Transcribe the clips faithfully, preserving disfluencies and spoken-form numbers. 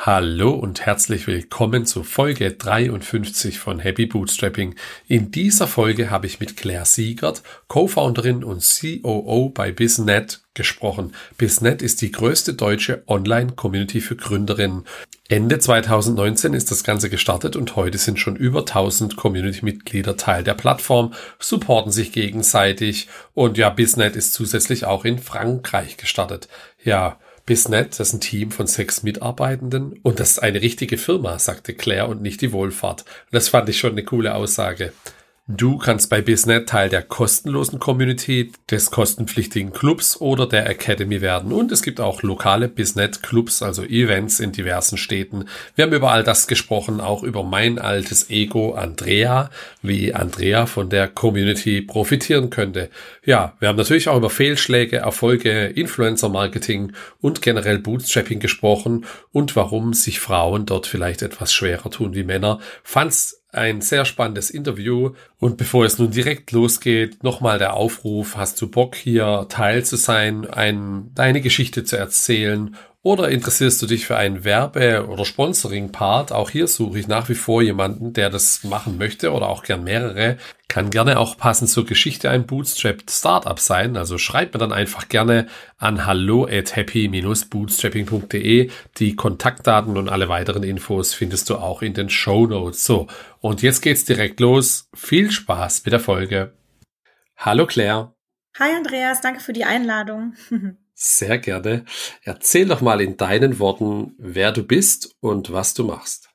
Hallo und herzlich willkommen zu Folge dreiundfünfzig von Happy Bootstrapping. In dieser Folge habe ich mit Claire Siegert, Co-Founderin und C O O bei BizNet, gesprochen. BizNet ist die größte deutsche Online-Community für Gründerinnen. Ende zweitausendneunzehn ist das Ganze gestartet und heute sind schon über tausend Community-Mitglieder Teil der Plattform, supporten sich gegenseitig und ja, BizNet ist zusätzlich auch in Frankreich gestartet. Ja, BizNet, das ist ein Team von sechs Mitarbeitenden und das ist eine richtige Firma, sagte Claire, und nicht die Wohlfahrt. Und das fand ich schon eine coole Aussage. Du kannst bei BizNet Teil der kostenlosen Community, des kostenpflichtigen Clubs oder der Academy werden. Und es gibt auch lokale BizNet-Clubs, also Events in diversen Städten. Wir haben über all das gesprochen, auch über mein altes Ego Andrea, wie Andrea von der Community profitieren könnte. Ja, wir haben natürlich auch über Fehlschläge, Erfolge, Influencer-Marketing und generell Bootstrapping gesprochen und warum sich Frauen dort vielleicht etwas schwerer tun wie Männer. Fand's ein sehr spannendes Interview, und bevor es nun direkt losgeht, nochmal der Aufruf: Hast du Bock, hier Teil zu sein, ein, deine Geschichte zu erzählen, oder interessierst du dich für einen Werbe- oder Sponsoring-Part? Auch hier suche ich nach wie vor jemanden, der das machen möchte, oder auch gern mehrere. Kann gerne auch passend zur Geschichte ein Bootstrapped Startup sein. Also schreib mir dann einfach gerne an hallo at happy dash bootstrapping punkt de. Die Kontaktdaten und alle weiteren Infos findest du auch in den Shownotes. So, und jetzt geht's direkt los. Viel Spaß mit der Folge. Hallo Claire. Hi Andreas, danke für die Einladung. Sehr gerne. Erzähl doch mal in deinen Worten, wer du bist und was du machst.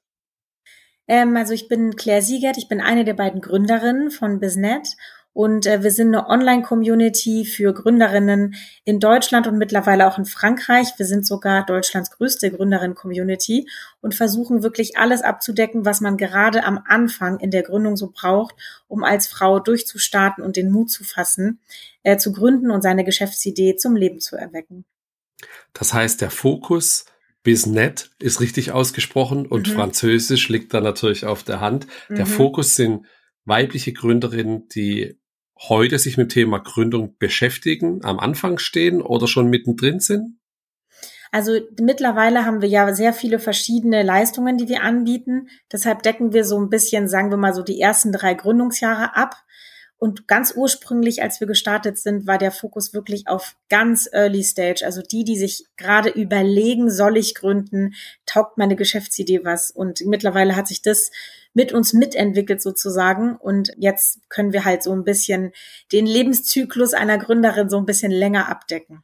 Ähm, also ich bin Claire Siegert, ich bin eine der beiden Gründerinnen von BizNet und äh, wir sind eine Online-Community für Gründerinnen in Deutschland und mittlerweile auch in Frankreich. Wir sind sogar Deutschlands größte Gründerinnen-Community und versuchen wirklich alles abzudecken, was man gerade am Anfang in der Gründung so braucht, um als Frau durchzustarten und den Mut zu fassen, äh, zu gründen und seine Geschäftsidee zum Leben zu erwecken. Das heißt, der Fokus BizNet ist richtig ausgesprochen und mhm. Französisch liegt da natürlich auf der Hand. Der mhm. Fokus sind weibliche Gründerinnen, die heute sich mit dem Thema Gründung beschäftigen, am Anfang stehen oder schon mittendrin sind? Also mittlerweile haben wir ja sehr viele verschiedene Leistungen, die wir anbieten. Deshalb decken wir so ein bisschen, sagen wir mal so, die ersten drei Gründungsjahre ab. Und ganz ursprünglich, als wir gestartet sind, war der Fokus wirklich auf ganz Early Stage. Also die, die sich gerade überlegen, soll ich gründen, taugt meine Geschäftsidee was? Und mittlerweile hat sich das mit uns mitentwickelt sozusagen. Und jetzt können wir halt so ein bisschen den Lebenszyklus einer Gründerin so ein bisschen länger abdecken.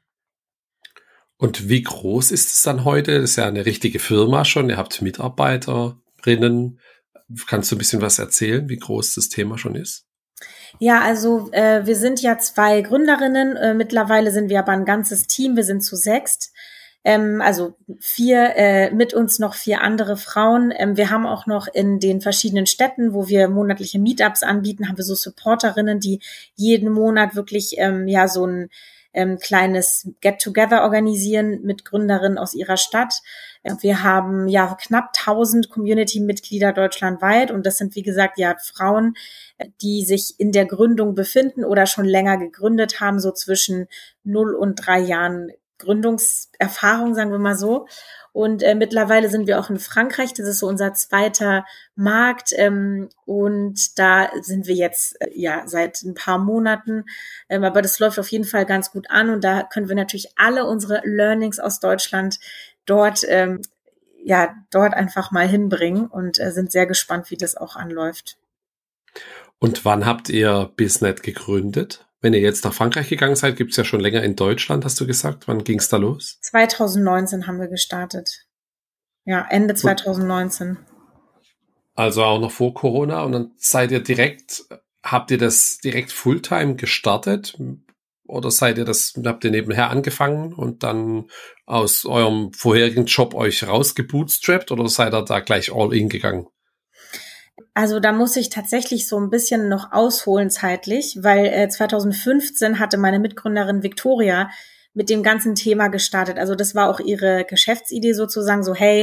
Und wie groß ist es dann heute? Das ist ja eine richtige Firma schon. Ihr habt Mitarbeiterinnen. Kannst du ein bisschen was erzählen, wie groß das Thema schon ist? Ja, also äh, wir sind ja zwei Gründerinnen. Äh, mittlerweile sind wir aber ein ganzes Team. Wir sind zu sechst. Ähm, also vier, äh, mit uns noch vier andere Frauen. Ähm, wir haben auch noch in den verschiedenen Städten, wo wir monatliche Meetups anbieten, haben wir so Supporterinnen, die jeden Monat wirklich ähm, ja so ein ähm, kleines Get-Together organisieren mit Gründerinnen aus ihrer Stadt. Wir haben ja knapp tausend Community-Mitglieder deutschlandweit und das sind, wie gesagt, ja Frauen, die sich in der Gründung befinden oder schon länger gegründet haben, so zwischen null und drei Jahren Gründungserfahrung, sagen wir mal so. Und äh, mittlerweile sind wir auch in Frankreich, das ist so unser zweiter Markt. Ähm, und da sind wir jetzt äh, ja seit ein paar Monaten. Ähm, aber das läuft auf jeden Fall ganz gut an. Und da können wir natürlich alle unsere Learnings aus Deutschland dort ähm, ja dort einfach mal hinbringen und äh, sind sehr gespannt, wie das auch anläuft. Und wann habt ihr BizNet gegründet? Wenn ihr jetzt nach Frankreich gegangen seid, gibt's ja schon länger in Deutschland, hast du gesagt. Wann ging's da los? zwanzig neunzehn haben wir gestartet. Ja, Ende zwanzig neunzehn. Also auch noch vor Corona. Und dann seid ihr direkt, habt ihr das direkt Fulltime gestartet? Oder seid ihr das, habt ihr nebenher angefangen und dann aus eurem vorherigen Job euch rausgebootstrapped, oder seid ihr da gleich all in gegangen? Also da muss ich tatsächlich so ein bisschen noch ausholen zeitlich, weil äh, zwanzig fünfzehn hatte meine Mitgründerin Victoria mit dem ganzen Thema gestartet. Also das war auch ihre Geschäftsidee sozusagen, so hey,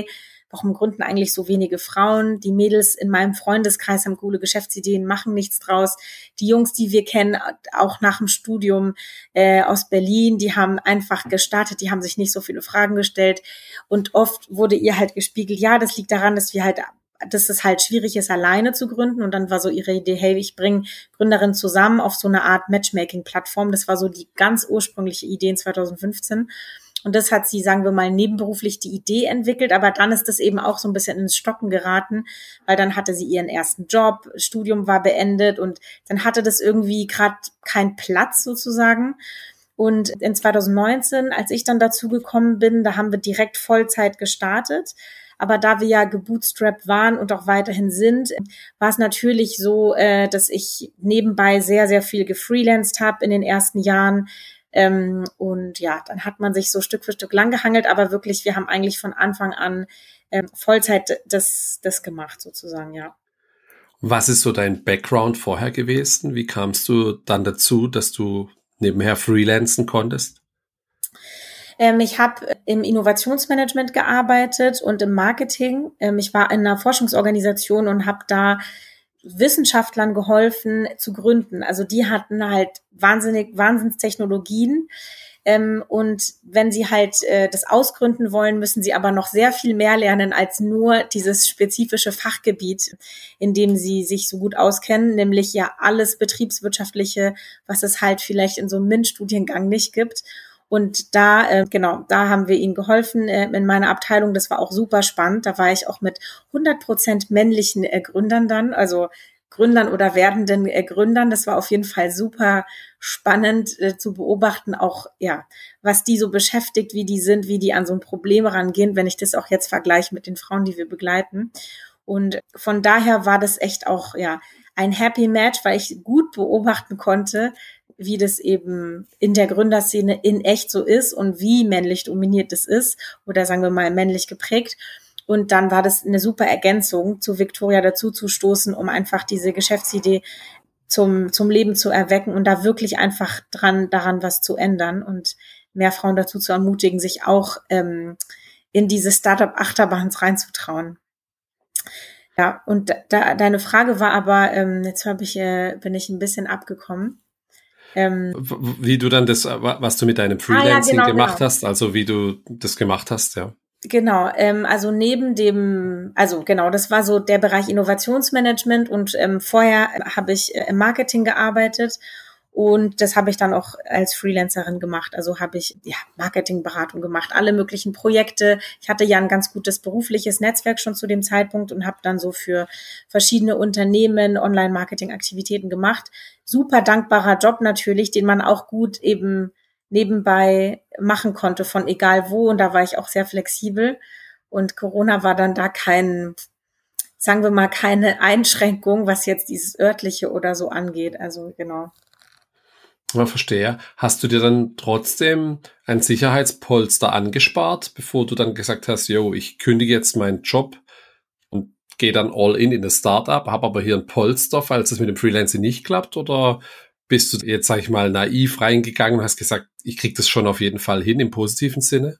warum gründen eigentlich so wenige Frauen? Die Mädels in meinem Freundeskreis haben coole Geschäftsideen, machen nichts draus. Die Jungs, die wir kennen, auch nach dem Studium äh, aus Berlin, die haben einfach gestartet, die haben sich nicht so viele Fragen gestellt. Und oft wurde ihr halt gespiegelt, ja, das liegt daran, dass wir halt dass es halt schwierig ist, alleine zu gründen. Und dann war so ihre Idee, hey, ich bringe Gründerinnen zusammen auf so eine Art Matchmaking-Plattform. Das war so die ganz ursprüngliche Idee in zwanzig fünfzehn. Und das hat sie, sagen wir mal, nebenberuflich die Idee entwickelt. Aber dann ist das eben auch so ein bisschen ins Stocken geraten, weil dann hatte sie ihren ersten Job, Studium war beendet und dann hatte das irgendwie gerade keinen Platz sozusagen. Und in zwanzig neunzehn, als ich dann dazu gekommen bin, da haben wir direkt Vollzeit gestartet. Aber da wir ja gebootstrapped waren und auch weiterhin sind, war es natürlich so, äh, dass ich nebenbei sehr, sehr viel gefreelanced habe in den ersten Jahren. Ähm, und ja, dann hat man sich so Stück für Stück langgehangelt. Aber wirklich, wir haben eigentlich von Anfang an ähm, Vollzeit das, das gemacht sozusagen, ja. Was ist so dein Background vorher gewesen? Wie kamst du dann dazu, dass du nebenher freelancen konntest? Ich habe im Innovationsmanagement gearbeitet und im Marketing. Ich war in einer Forschungsorganisation und habe da Wissenschaftlern geholfen zu gründen. Also die hatten halt wahnsinnig, Wahnsinnstechnologien. Und wenn sie halt das ausgründen wollen, müssen sie aber noch sehr viel mehr lernen als nur dieses spezifische Fachgebiet, in dem sie sich so gut auskennen, nämlich ja alles Betriebswirtschaftliche, was es halt vielleicht in so einem MINT-Studiengang nicht gibt. Und da, äh, genau, da haben wir ihnen geholfen äh, in meiner Abteilung. Das war auch super spannend. Da war ich auch mit hundert Prozent männlichen äh, Gründern dann, also Gründern oder werdenden äh, Gründern. Das war auf jeden Fall super spannend äh, zu beobachten, auch ja, was die so beschäftigt, wie die sind, wie die an so ein Problem rangehen, wenn ich das auch jetzt vergleiche mit den Frauen, die wir begleiten. Und von daher war das echt auch ja ein Happy Match, weil ich gut beobachten konnte, wie das eben in der Gründerszene in echt so ist und wie männlich dominiert das ist oder sagen wir mal männlich geprägt. Und dann war das eine super Ergänzung, zu Victoria dazu zu stoßen, um einfach diese Geschäftsidee zum, zum Leben zu erwecken und da wirklich einfach dran, daran was zu ändern und mehr Frauen dazu zu ermutigen, sich auch ähm, in diese Startup-Achterbahns reinzutrauen. Ja, und da, deine Frage war aber, ähm, jetzt habe ich, äh, bin ich ein bisschen abgekommen. Ähm, wie du dann das, was du mit deinem Freelancing ah, ja, genau, gemacht genau. hast, also wie du das gemacht hast, ja. Genau, ähm, also neben dem, also genau, das war so der Bereich Innovationsmanagement und ähm, vorher habe ich äh, im Marketing gearbeitet und das habe ich dann auch als Freelancerin gemacht. Also habe ich ja Marketingberatung gemacht, alle möglichen Projekte. Ich hatte ja ein ganz gutes berufliches Netzwerk schon zu dem Zeitpunkt und habe dann so für verschiedene Unternehmen Online-Marketing-Aktivitäten gemacht. Super dankbarer Job natürlich, den man auch gut eben nebenbei machen konnte, von egal wo. Und da war ich auch sehr flexibel. Und Corona war dann da kein, sagen wir mal, keine Einschränkung, was jetzt dieses örtliche oder so angeht. Also genau. Ja, verstehe. Hast du dir dann trotzdem ein Sicherheitspolster angespart, bevor du dann gesagt hast, yo, ich kündige jetzt meinen Job und gehe dann all in in das Startup, habe aber hier ein Polster, falls es mit dem Freelancing nicht klappt? Oder bist du jetzt, sag ich mal, naiv reingegangen und hast gesagt, ich kriege das schon auf jeden Fall hin, im positiven Sinne?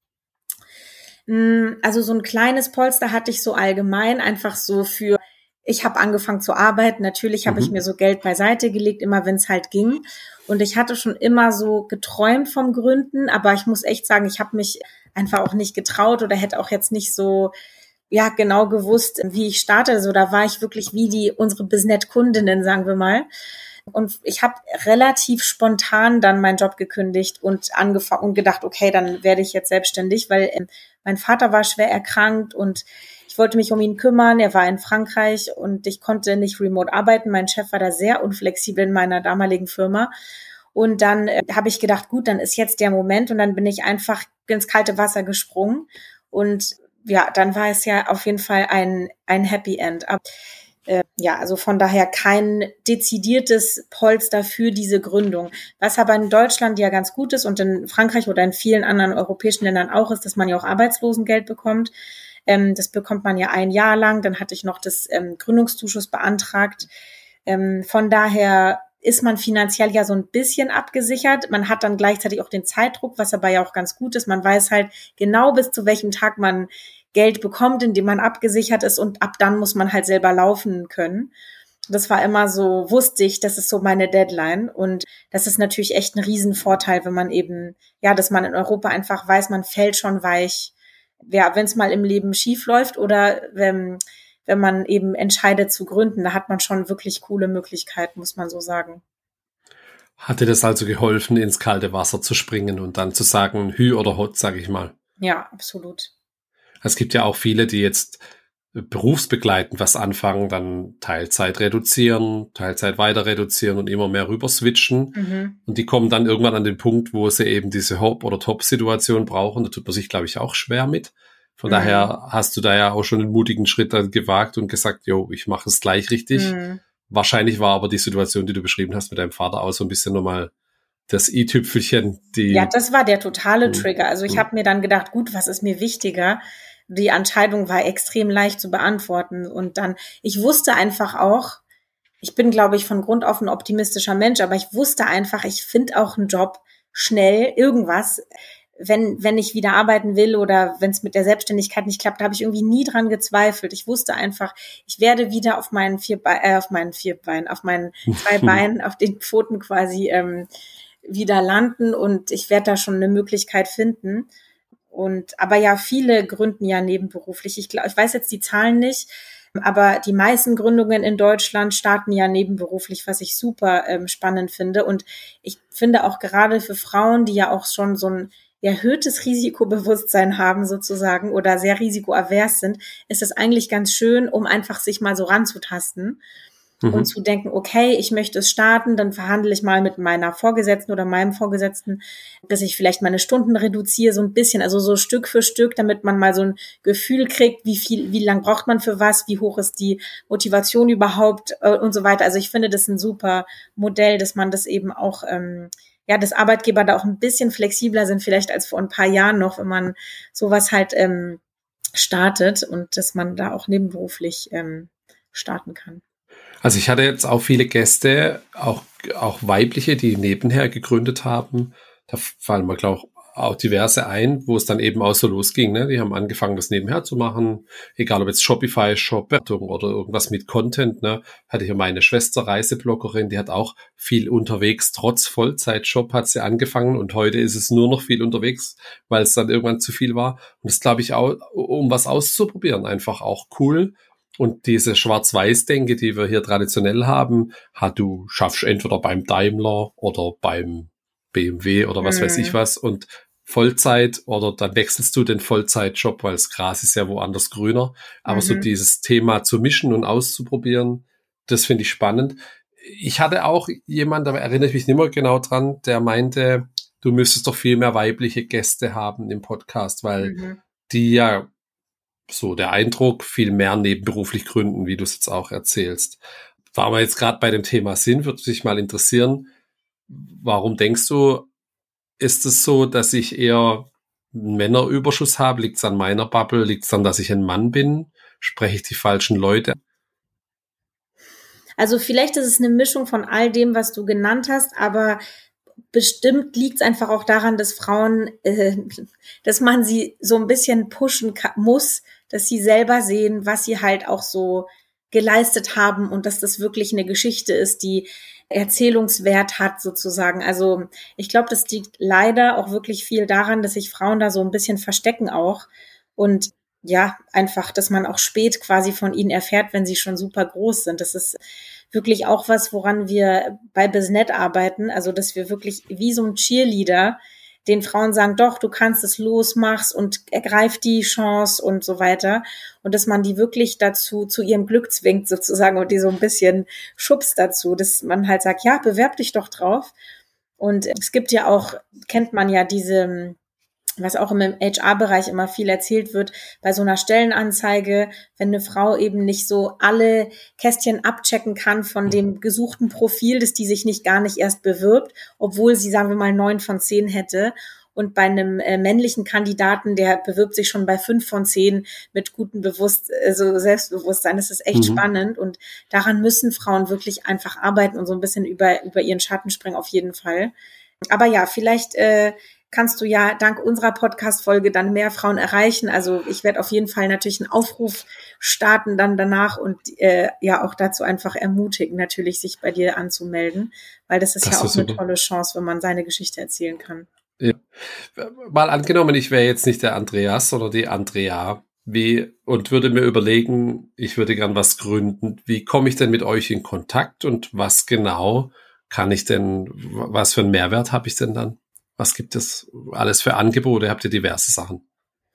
Also so ein kleines Polster hatte ich so allgemein, einfach so für, ich habe angefangen zu arbeiten, natürlich habe mhm. ich mir so Geld beiseite gelegt, immer wenn es halt ging. Und ich hatte schon immer so geträumt vom Gründen, aber ich muss echt sagen, ich habe mich einfach auch nicht getraut oder hätte auch jetzt nicht so ja genau gewusst, wie ich starte. Also da war ich wirklich wie die unsere Biznet-Kundinnen, sagen wir mal. Und ich habe relativ spontan dann meinen Job gekündigt und angefangen und gedacht, okay, dann werde ich jetzt selbstständig, weil äh, mein Vater war schwer erkrankt und ich wollte mich um ihn kümmern. Er war in Frankreich und ich konnte nicht remote arbeiten. Mein Chef war da sehr unflexibel in meiner damaligen Firma. Und dann äh, habe ich gedacht, gut, dann ist jetzt der Moment. Und dann bin ich einfach ins kalte Wasser gesprungen. Und ja, dann war es ja auf jeden Fall ein ein Happy End. Aber Äh, ja, also von daher kein dezidiertes Polster für diese Gründung. Was aber in Deutschland ja ganz gut ist und in Frankreich oder in vielen anderen europäischen Ländern auch ist, dass man ja auch Arbeitslosengeld bekommt. Ähm, das bekommt man ja ein Jahr lang. Dann hatte ich noch das ähm, Gründungszuschuss beantragt. Ähm, von daher ist man finanziell ja so ein bisschen abgesichert. Man hat dann gleichzeitig auch den Zeitdruck, was aber ja auch ganz gut ist. Man weiß halt genau, bis zu welchem Tag man Geld bekommt, indem man abgesichert ist und ab dann muss man halt selber laufen können. Das war immer so, wusste ich, das ist so meine Deadline und das ist natürlich echt ein Riesenvorteil, wenn man eben, ja, dass man in Europa einfach weiß, man fällt schon weich, ja, wenn es mal im Leben schief läuft oder wenn, wenn man eben entscheidet zu gründen, da hat man schon wirklich coole Möglichkeiten, muss man so sagen. Hat dir das also geholfen, ins kalte Wasser zu springen und dann zu sagen, Hü oder Hot, sage ich mal? Ja, absolut. Es gibt ja auch viele, die jetzt berufsbegleitend was anfangen, dann Teilzeit reduzieren, Teilzeit weiter reduzieren und immer mehr rüber switchen. Mhm. Und die kommen dann irgendwann an den Punkt, wo sie eben diese Hop- oder Top-Situation brauchen. Da tut man sich, glaube ich, auch schwer mit. Von mhm. daher hast du da ja auch schon einen mutigen Schritt dann gewagt und gesagt, jo, ich mache es gleich richtig. Mhm. Wahrscheinlich war aber die Situation, die du beschrieben hast mit deinem Vater, auch so ein bisschen nochmal das i-Tüpfelchen. Die ja, das war der totale Trigger. Also ich habe mir dann gedacht, gut, was ist mir wichtiger? Die Entscheidung war extrem leicht zu beantworten. Und dann, ich wusste einfach auch, ich bin, glaube ich, von Grund auf ein optimistischer Mensch, aber ich wusste einfach, ich finde auch einen Job schnell, irgendwas, wenn wenn ich wieder arbeiten will oder wenn es mit der Selbstständigkeit nicht klappt, da habe ich irgendwie nie dran gezweifelt. Ich wusste einfach, ich werde wieder auf meinen vier Be- äh, auf meinen vier Beinen, auf meinen zwei Beinen, auf den Pfoten quasi ähm, wieder landen und ich werde da schon eine Möglichkeit finden. Und aber ja, viele gründen ja nebenberuflich. Ich glaube, ich weiß jetzt die Zahlen nicht, aber die meisten Gründungen in Deutschland starten ja nebenberuflich, was ich super ähm, spannend finde. Und ich finde auch gerade für Frauen, die ja auch schon so ein erhöhtes Risikobewusstsein haben sozusagen oder sehr risikoavers sind, ist es eigentlich ganz schön, um einfach sich mal so ranzutasten. Mhm. Und zu denken, okay, ich möchte es starten, dann verhandle ich mal mit meiner Vorgesetzten oder meinem Vorgesetzten, dass ich vielleicht meine Stunden reduziere, so ein bisschen, also so Stück für Stück, damit man mal so ein Gefühl kriegt, wie viel, wie lang braucht man für was, wie hoch ist die Motivation überhaupt äh, und so weiter. Also ich finde das ein super Modell, dass man das eben auch, ähm, ja, dass Arbeitgeber da auch ein bisschen flexibler sind, vielleicht als vor ein paar Jahren noch, wenn man sowas halt ähm, startet und dass man da auch nebenberuflich ähm, starten kann. Also ich hatte jetzt auch viele Gäste, auch, auch weibliche, die nebenher gegründet haben. Da fallen mir, glaube ich, auch diverse ein, wo es dann eben auch so losging. Ne? Die haben angefangen, das nebenher zu machen. Egal ob jetzt Shopify, Shop oder irgendwas mit Content. Ne? Hatte ich ja meine Schwester, Reisebloggerin, die hat auch viel unterwegs. Trotz Vollzeitjob hat sie angefangen und heute ist es nur noch viel unterwegs, weil es dann irgendwann zu viel war. Und das glaube ich auch, um was auszuprobieren, einfach auch cool. Und diese Schwarz-Weiß-Denke, die wir hier traditionell haben, hat du schaffst entweder beim Daimler oder beim B M W oder was mhm. weiß ich was und Vollzeit oder dann wechselst du den Vollzeitjob, weil das Gras ist ja woanders grüner. Aber mhm. so dieses Thema zu mischen und auszuprobieren, das finde ich spannend. Ich hatte auch jemand, da erinnere ich mich nicht mehr genau dran, der meinte, du müsstest doch viel mehr weibliche Gäste haben im Podcast, weil mhm. die ja so der Eindruck, viel mehr nebenberuflich gründen, wie du es jetzt auch erzählst. War wir jetzt gerade bei dem Thema Sinn, würde mich mal interessieren, warum denkst du, ist es so, dass ich eher einen Männerüberschuss habe? Liegt es an meiner Bubble? Liegt es daran, dass ich ein Mann bin? Spreche ich die falschen Leute? Also vielleicht ist es eine Mischung von all dem, was du genannt hast, aber bestimmt liegt es einfach auch daran, dass Frauen, äh, dass man sie so ein bisschen pushen kann, muss, dass sie selber sehen, was sie halt auch so geleistet haben und dass das wirklich eine Geschichte ist, die Erzählungswert hat sozusagen. Also ich glaube, das liegt leider auch wirklich viel daran, dass sich Frauen da so ein bisschen verstecken auch und ja, einfach, dass man auch spät quasi von ihnen erfährt, wenn sie schon super groß sind. Das ist wirklich auch was, woran wir bei BizNet arbeiten. Also, dass wir wirklich wie so ein Cheerleader den Frauen sagen, doch, du kannst es los, mach's und ergreif die Chance und so weiter. Und dass man die wirklich dazu, zu ihrem Glück zwingt sozusagen und die so ein bisschen schubst dazu, dass man halt sagt, ja, bewerb dich doch drauf. Und es gibt ja auch, kennt man ja diese, was auch im H R-Bereich immer viel erzählt wird, bei so einer Stellenanzeige, wenn eine Frau eben nicht so alle Kästchen abchecken kann von dem gesuchten Profil, dass die sich nicht gar nicht erst bewirbt, obwohl sie, sagen wir mal, neun von zehn hätte. Und bei einem äh, männlichen Kandidaten, der bewirbt sich schon bei fünf von zehn mit gutem Bewusst, also Selbstbewusstsein. Das ist echt mhm. spannend und daran müssen Frauen wirklich einfach arbeiten und so ein bisschen über über ihren Schatten springen auf jeden Fall. Aber ja, vielleicht äh, kannst du ja dank unserer Podcast-Folge dann mehr Frauen erreichen. Also ich werde auf jeden Fall natürlich einen Aufruf starten dann danach und äh, ja auch dazu einfach ermutigen, natürlich sich bei dir anzumelden, weil das ist das ja ist auch super. Eine tolle Chance, wenn man seine Geschichte erzählen kann. Ja. Mal angenommen, ich wäre jetzt nicht der Andreas oder die Andrea, wie und würde mir überlegen, ich würde gern was gründen. Wie komme ich denn mit euch in Kontakt und was genau kann ich denn, was für einen Mehrwert habe ich denn dann? Was gibt es alles für Angebote? Habt ihr diverse Sachen?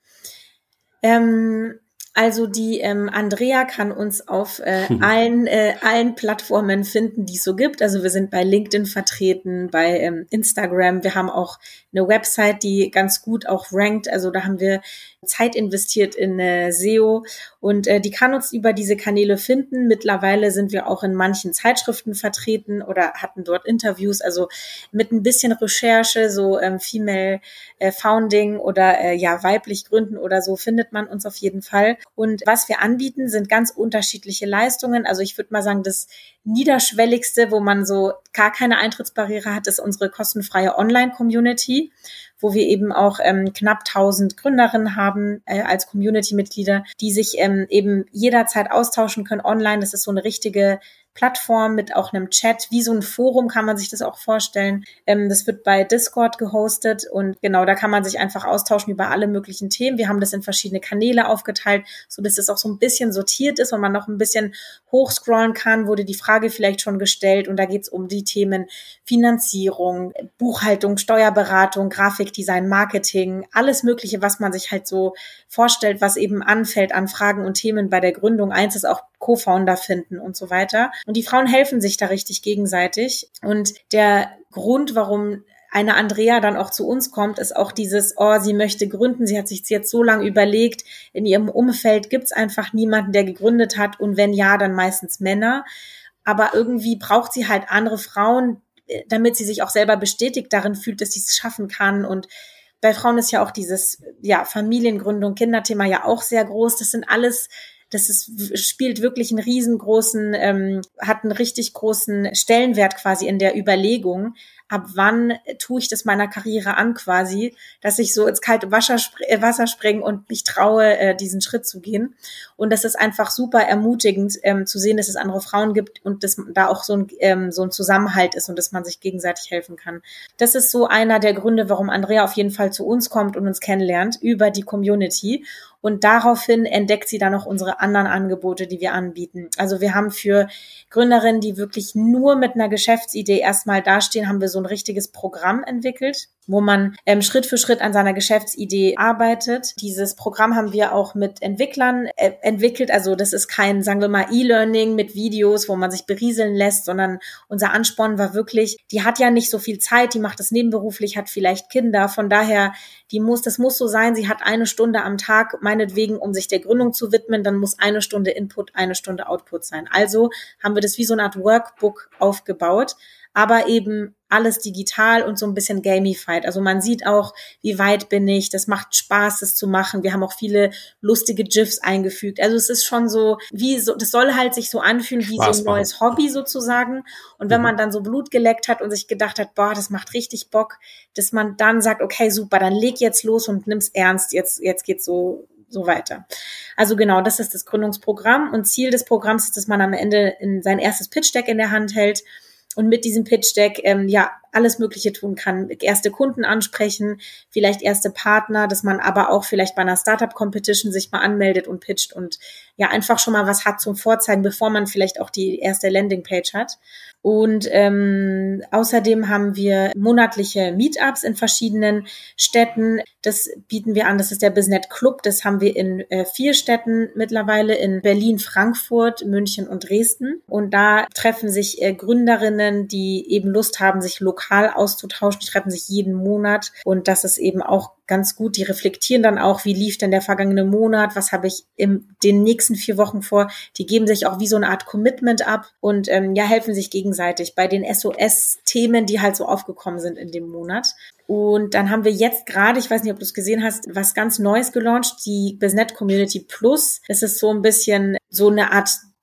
Ähm, also die ähm, Andrea kann uns auf äh, hm. allen, äh, allen Plattformen finden, die es so gibt. Also wir sind bei LinkedIn vertreten, bei ähm, Instagram. Wir haben auch eine Website, die ganz gut auch rankt. Also da haben wir Zeit investiert in äh, S E O und äh, die kann uns über diese Kanäle finden. Mittlerweile sind wir auch in manchen Zeitschriften vertreten oder hatten dort Interviews. Also mit ein bisschen Recherche, so ähm, Female äh, Founding oder äh, ja weiblich gründen oder so findet man uns auf jeden Fall. Und was wir anbieten, sind ganz unterschiedliche Leistungen. Also ich würde mal sagen, das Niederschwelligste, wo man so gar keine Eintrittsbarriere hat, ist unsere kostenfreie Online-Community, wo wir eben auch ähm, knapp tausend Gründerinnen haben äh, als Community-Mitglieder, die sich ähm, eben jederzeit austauschen können online. Das ist so eine richtige Plattform mit auch einem Chat, wie so ein Forum kann man sich das auch vorstellen. Ähm, das wird bei Discord gehostet und genau, da kann man sich einfach austauschen über alle möglichen Themen. Wir haben das in verschiedene Kanäle aufgeteilt, so dass es auch so ein bisschen sortiert ist und man noch ein bisschen hochscrollen kann, wurde die Frage vielleicht schon gestellt und da geht es um die Themen Finanzierung, Buchhaltung, Steuerberatung, Grafikdesign, Marketing, alles Mögliche, was man sich halt so vorstellt, was eben anfällt an Fragen und Themen bei der Gründung. Eins ist auch Co-Founder finden und so weiter. Und die Frauen helfen sich da richtig gegenseitig. Und der Grund, warum eine Andrea dann auch zu uns kommt, ist auch dieses, oh, sie möchte gründen. Sie hat sich jetzt so lange überlegt. In ihrem Umfeld gibt es einfach niemanden, der gegründet hat. Und wenn ja, dann meistens Männer. Aber irgendwie braucht sie halt andere Frauen, damit sie sich auch selber bestätigt darin fühlt, dass sie es schaffen kann. Und bei Frauen ist ja auch dieses, ja, Familiengründung, Kinderthema ja auch sehr groß. Das sind alles Das ist, spielt wirklich einen riesengroßen, ähm, hat einen richtig großen Stellenwert quasi in der Überlegung, ab wann tue ich das meiner Karriere an quasi, dass ich so ins kalte Wasser, spr- äh, Wasser springe und mich traue, äh, diesen Schritt zu gehen. Und das ist einfach super ermutigend ähm, zu sehen, dass es andere Frauen gibt und dass da auch so ein, ähm, so ein Zusammenhalt ist und dass man sich gegenseitig helfen kann. Das ist so einer der Gründe, warum Andrea auf jeden Fall zu uns kommt und uns kennenlernt über die Community. Und daraufhin entdeckt sie dann noch unsere anderen Angebote, die wir anbieten. Also wir haben für Gründerinnen, die wirklich nur mit einer Geschäftsidee erstmal dastehen, haben wir so ein richtiges Programm entwickelt, wo man ähm, Schritt für Schritt an seiner Geschäftsidee arbeitet. Dieses Programm haben wir auch mit Entwicklern äh, entwickelt. Also das ist kein, sagen wir mal, E-Learning mit Videos, wo man sich berieseln lässt, sondern unser Ansporn war wirklich, die hat ja nicht so viel Zeit, die macht das nebenberuflich, hat vielleicht Kinder. Von daher, die muss, das muss so sein, sie hat eine Stunde am Tag, meinetwegen, um sich der Gründung zu widmen, dann muss eine Stunde Input, eine Stunde Output sein. Also haben wir das wie so eine Art Workbook aufgebaut, aber eben alles digital und so ein bisschen gamified. Also man sieht auch, wie weit bin ich, das macht Spaß, das zu machen. Wir haben auch viele lustige GIFs eingefügt. Also es ist schon so, wie so, das soll halt sich so anfühlen wie Spaß so ein machen. Neues Hobby sozusagen. Und wenn mhm. man dann so Blut geleckt hat und sich gedacht hat, boah, das macht richtig Bock, dass man dann sagt, okay, super, dann leg jetzt los und nimm's ernst, jetzt, jetzt geht's so so weiter. Also genau, das ist das Gründungsprogramm und Ziel des Programms ist, dass man am Ende in sein erstes Pitch-Deck in der Hand hält und mit diesem Pitch-Deck ähm, ja alles Mögliche tun kann. Erste Kunden ansprechen, vielleicht erste Partner, dass man aber auch vielleicht bei einer Startup-Competition sich mal anmeldet und pitcht und ja einfach schon mal was hat zum Vorzeigen, bevor man vielleicht auch die erste Landingpage hat. Und ähm, außerdem haben wir monatliche Meetups in verschiedenen Städten. Das bieten wir an. Das ist der BizNet Club. Das haben wir in äh, vier Städten mittlerweile, in Berlin, Frankfurt, München und Dresden. Und da treffen sich äh, Gründerinnen, die eben Lust haben, sich lokal auszutauschen. Die treffen sich jeden Monat. Und das ist eben auch ganz gut. Die reflektieren dann auch, wie lief denn der vergangene Monat? Was habe ich in den nächsten vier Wochen vor? Die geben sich auch wie so eine Art Commitment ab und ähm, ja helfen sich gegenseitig bei den S O S-Themen, die halt so aufgekommen sind in dem Monat. Und dann haben wir jetzt gerade, ich weiß nicht, ob du es gesehen hast, was ganz Neues gelauncht, die BizNet Community Plus. Das ist so ein bisschen so eine Art